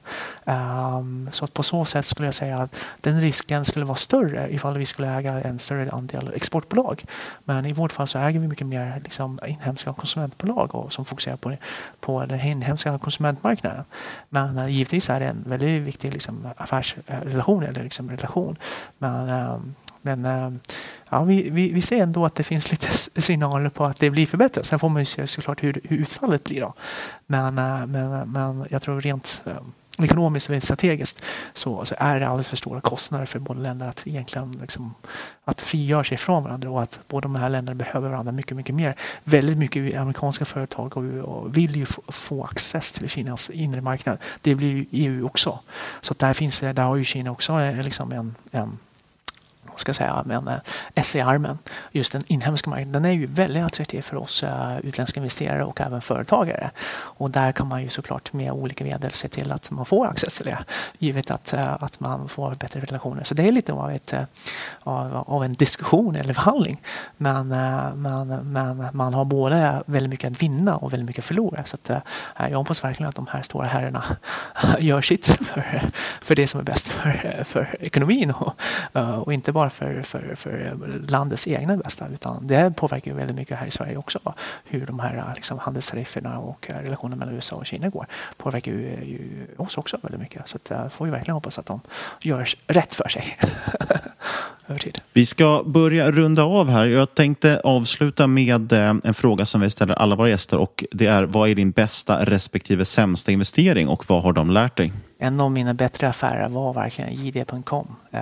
Um, så att på så sätt skulle jag säga att den risken skulle vara större ifall vi skulle äga en större andel exportbolag. Men i vårt fall så äger vi mycket mer liksom, inhemska konsumentbolag och, som fokuserar på, på den inhemska konsumentmarknaden. Men uh, givetvis är det en väldigt viktig liksom, affärsrelation eller liksom, relation. Men, uh, men uh, ja, vi, vi, vi ser ändå att det finns lite signaler på att det blir förbättrat. Sen får man ju se såklart hur, hur utfallet blir då. Men, uh, men, men jag tror rent uh, ekonomiskt och strategiskt så, så är det alldeles för stora kostnader för båda länder att egentligen liksom, att frigöra sig från varandra, och att båda de här länderna behöver varandra mycket, mycket mer. Väldigt mycket amerikanska företag och, och vill ju få, få access till Kinas inre marknad. Det blir ju E U också. Så där finns där har ju Kina också liksom en, en ska jag säga, men S E-armen, just den inhemska marknaden, den är ju väldigt attraktiv för oss uh, utländska investerare och även företagare. Och där kan man ju såklart med olika medel se till att man får access till det, givet att, uh, att man får bättre relationer. Så det är lite av, ett, uh, av, av en diskussion eller förhandling. Men, uh, men, men man har både väldigt mycket att vinna och väldigt mycket att förlora. Så att, uh, jag hoppas verkligen att de här stora herrarna gör sitt för, för det som är bäst för, för ekonomin och, uh, och inte bara För, för, för landets egna bästa, utan det påverkar ju väldigt mycket här i Sverige också. Hur de här liksom, handelstarifferna och relationen mellan U S A och Kina går påverkar ju, ju oss också väldigt mycket. Så att, får vi verkligen hoppas att de gör rätt för sig över tid. Vi ska börja runda av här. Jag tänkte avsluta med en fråga som vi ställer alla våra gäster, och det är: vad är din bästa respektive sämsta investering och vad har de lärt dig? En av mina bättre affärer var verkligen J D punkt com. Uh,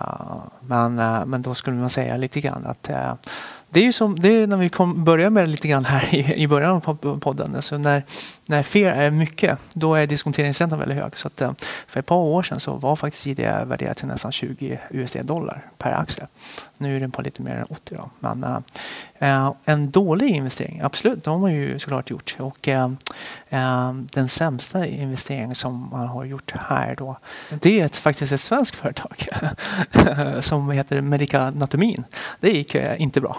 men, uh, men då skulle man säga lite grann att uh, det är ju som det är när vi kom, börjar med lite grann här i, i början av podden. Alltså när, när fear är mycket, då är diskonteringsräntan väldigt hög. Så att, uh, för ett par år sedan så var faktiskt J D värderat till nästan tjugo U S D-dollar per aktie. Nu är den på lite mer än åttio då. Men uh, uh, en dålig investering, absolut, det har man ju såklart gjort. Och uh, uh, den sämsta investeringen som man har gjort här då, det är ett, faktiskt ett svenskt företag som heter Medica Natomin. Det gick uh, inte bra.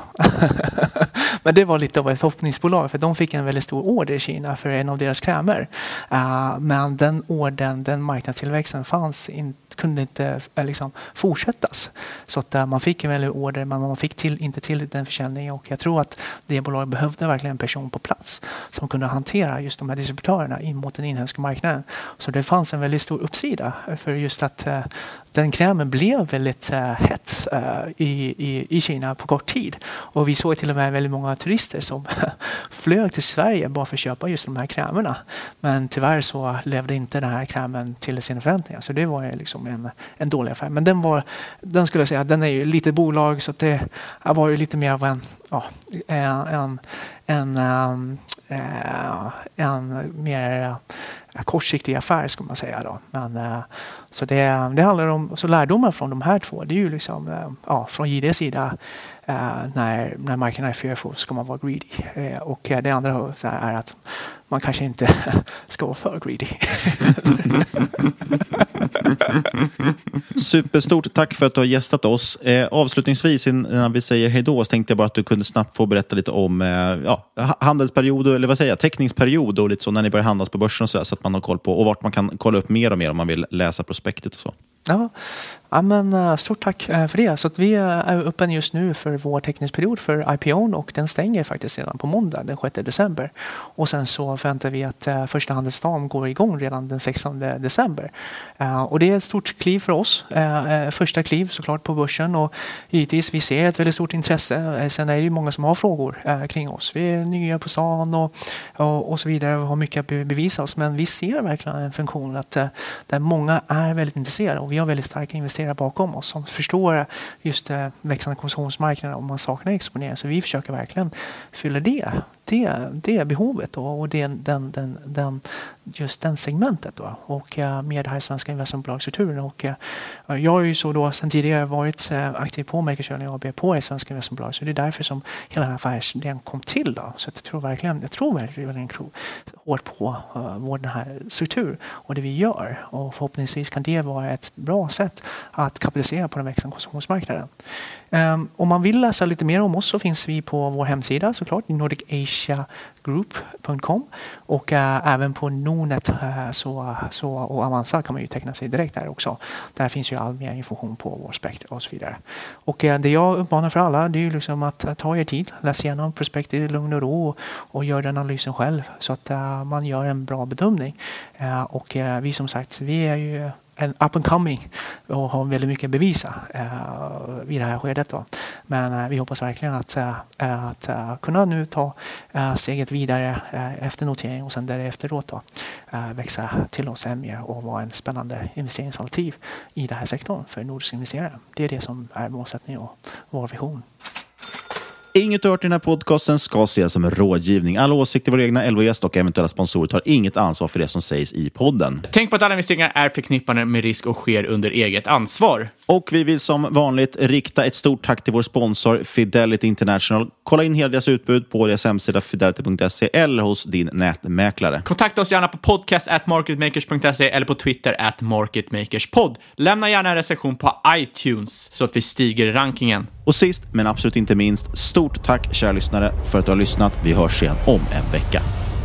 Men det var lite av ett förhoppningsbolag, för de fick en väldigt stor order i Kina för en av deras krämer. Uh, men den ordern, den marknadstillväxten fanns inte, kunde inte liksom fortsättas. Så att uh, man fick en väldigt order, men man fick till, inte till den försäljningen, och jag tror att det bolaget behövde verkligen en person på plats som kunde hantera just de här distributörerna in mot den inhemska marknaden. Så det fanns en väldigt stor uppsida för just att uh, den krämen blev väldigt uh, hett uh, i, i, i Kina på kort tid. Och vi såg till och med väldigt många turister som flög till Sverige bara för att köpa just de här krämerna. Men tyvärr så levde inte den här krämen till sina förväntningar. Så det var liksom en, en dålig affär. Men den var, den skulle jag säga, den är ju lite bolag, så att det var ju lite mer av en, ja, en, en, en, en mer kortsiktig affär, ska man säga då. Men så det, det handlar om så lärdomar från de här två. Det är ju liksom, ja, från J D:s sida, när, när marknaden är fearful ska man vara greedy. Eh, och det andra så här är att man kanske inte ska vara för greedy. Superstort tack för att du har gästat oss. Eh, avslutningsvis innan vi säger hej då så tänkte jag bara att du kunde snabbt få berätta lite om eh, ja, handelsperiod eller vad säger jag, teckningsperiod och lite så när ni börjar handlas på börsen och så, där, så att man har koll på och vart man kan kolla upp mer och mer om man vill läsa prospektet och så. Ja, ja men stort tack för det. Så att vi är öppen just nu för vår teckningsperiod för I P O och den stänger faktiskt redan på måndag den sjätte december. Och sen så förväntar vi att första handelsdagen går igång redan den sextonde december. Och det är ett stort kliv för oss. Första kliv såklart på börsen och givetvis vi ser ett väldigt stort intresse. Sen är det ju många som har frågor kring oss. Vi är nya på stan och, och, och så vidare och har mycket att bevisa oss. Men vi ser verkligen en funktion att där många är väldigt intresserade och vi har väldigt starka investerare bakom oss som förstår just eh, växande konsumtionsmarknader om man saknar exponering. Så vi försöker verkligen fylla det, det, det behovet då, och det, den, den, den, just den segmentet då. Och eh, med det här svenska investmentbolagsstrukturen. Och eh, jag har ju så då sedan tidigare varit eh, aktiv på Amerikakörning A B på det svenska investmentbolag. Så det är därför som hela den här affärsidén kom till då. Så jag tror verkligen, jag tror verkligen hårt på uh, vår den här struktur och det vi gör. Och förhoppningsvis kan det vara ett bra sätt att kapitalisera på den växande konsumtionsmarknaden. Um, om man vill läsa lite mer om oss så finns vi på vår hemsida såklart, nordic asia group punkt com och uh, även på Nordnet uh, så, så, och Avanza kan man ju teckna sig direkt där också. Där finns ju all mer information på vår spekter och så vidare. Och uh, det jag uppmanar för alla det är ju liksom att uh, ta er tid, läs igenom prospektet i lugn och ro och, och gör den analysen själv så att uh, man gör en bra bedömning. Uh, och uh, vi som sagt, vi är ju en up and coming och har väldigt mycket att bevisa uh, i det här skedet då. Men uh, vi hoppas verkligen att, uh, att uh, kunna nu ta uh, steget vidare uh, efter notering och sen därefter då uh, växa till oss än mer och vara en spännande investeringsalternativ i den här sektorn för nordiska investerare. Det är det som är målsättning och vår vision. Inget du hört i den här podcasten ska ses som rådgivning. Alla åsikter, våra egna L V S och eventuella sponsorer tar inget ansvar för det som sägs i podden. Tänk på att alla investeringar är förknippade med risk och sker under eget ansvar. Och vi vill som vanligt rikta ett stort tack till vår sponsor Fidelity International. Kolla in hela deras utbud på deras hemsida fidelity punkt se eller hos din nätmäklare. Kontakta oss gärna på podcast at marketmakers punkt se eller på Twitter at marketmakerspod. Lämna gärna en recension på iTunes så att vi stiger i rankingen. Och sist men absolut inte minst, stort tack kära lyssnare för att du har lyssnat. Vi hörs igen om en vecka.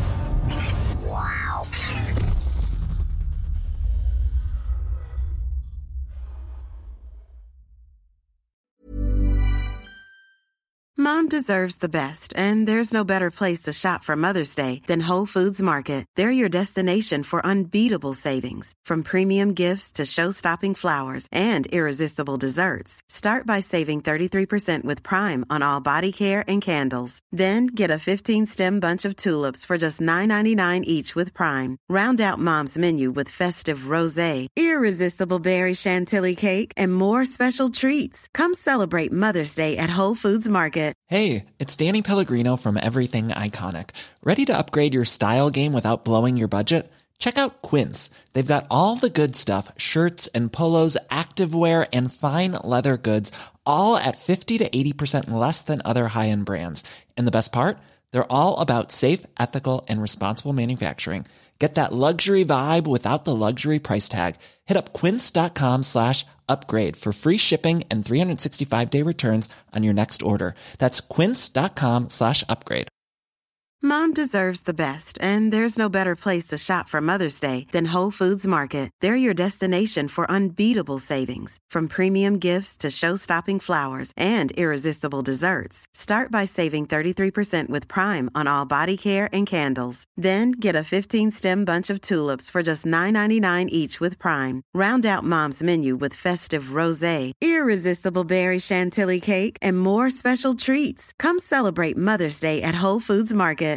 Mom deserves the best, and there's no better place to shop for Mother's Day than Whole Foods Market. They're your destination for unbeatable savings, from premium gifts to show-stopping flowers and irresistible desserts. Start by saving thirty-three percent with Prime on all body care and candles. Then get a fifteen-stem bunch of tulips for just nine ninety-nine each with Prime. Round out Mom's menu with festive rosé, irresistible berry chantilly cake, and more special treats. Come celebrate Mother's Day at Whole Foods Market. Hey, it's Danny Pellegrino from Everything Iconic. Ready to upgrade your style game without blowing your budget? Check out Quince. They've got all the good stuff, shirts and polos, activewear, and fine leather goods, all at fifty to eighty percent less than other high-end brands. And the best part? They're all about safe, ethical, and responsible manufacturing. Get that luxury vibe without the luxury price tag. Hit up quince.com slash upgrade for free shipping and three sixty-five day returns on your next order. That's quince.com slash upgrade. Mom deserves the best, and there's no better place to shop for Mother's Day than Whole Foods Market. They're your destination for unbeatable savings, from premium gifts to show-stopping flowers and irresistible desserts. Start by saving thirty-three percent with Prime on all body care and candles. Then get a fifteen-stem bunch of tulips for just nine ninety-nine each with Prime. Round out Mom's menu with festive rosé, irresistible berry chantilly cake, and more special treats. Come celebrate Mother's Day at Whole Foods Market.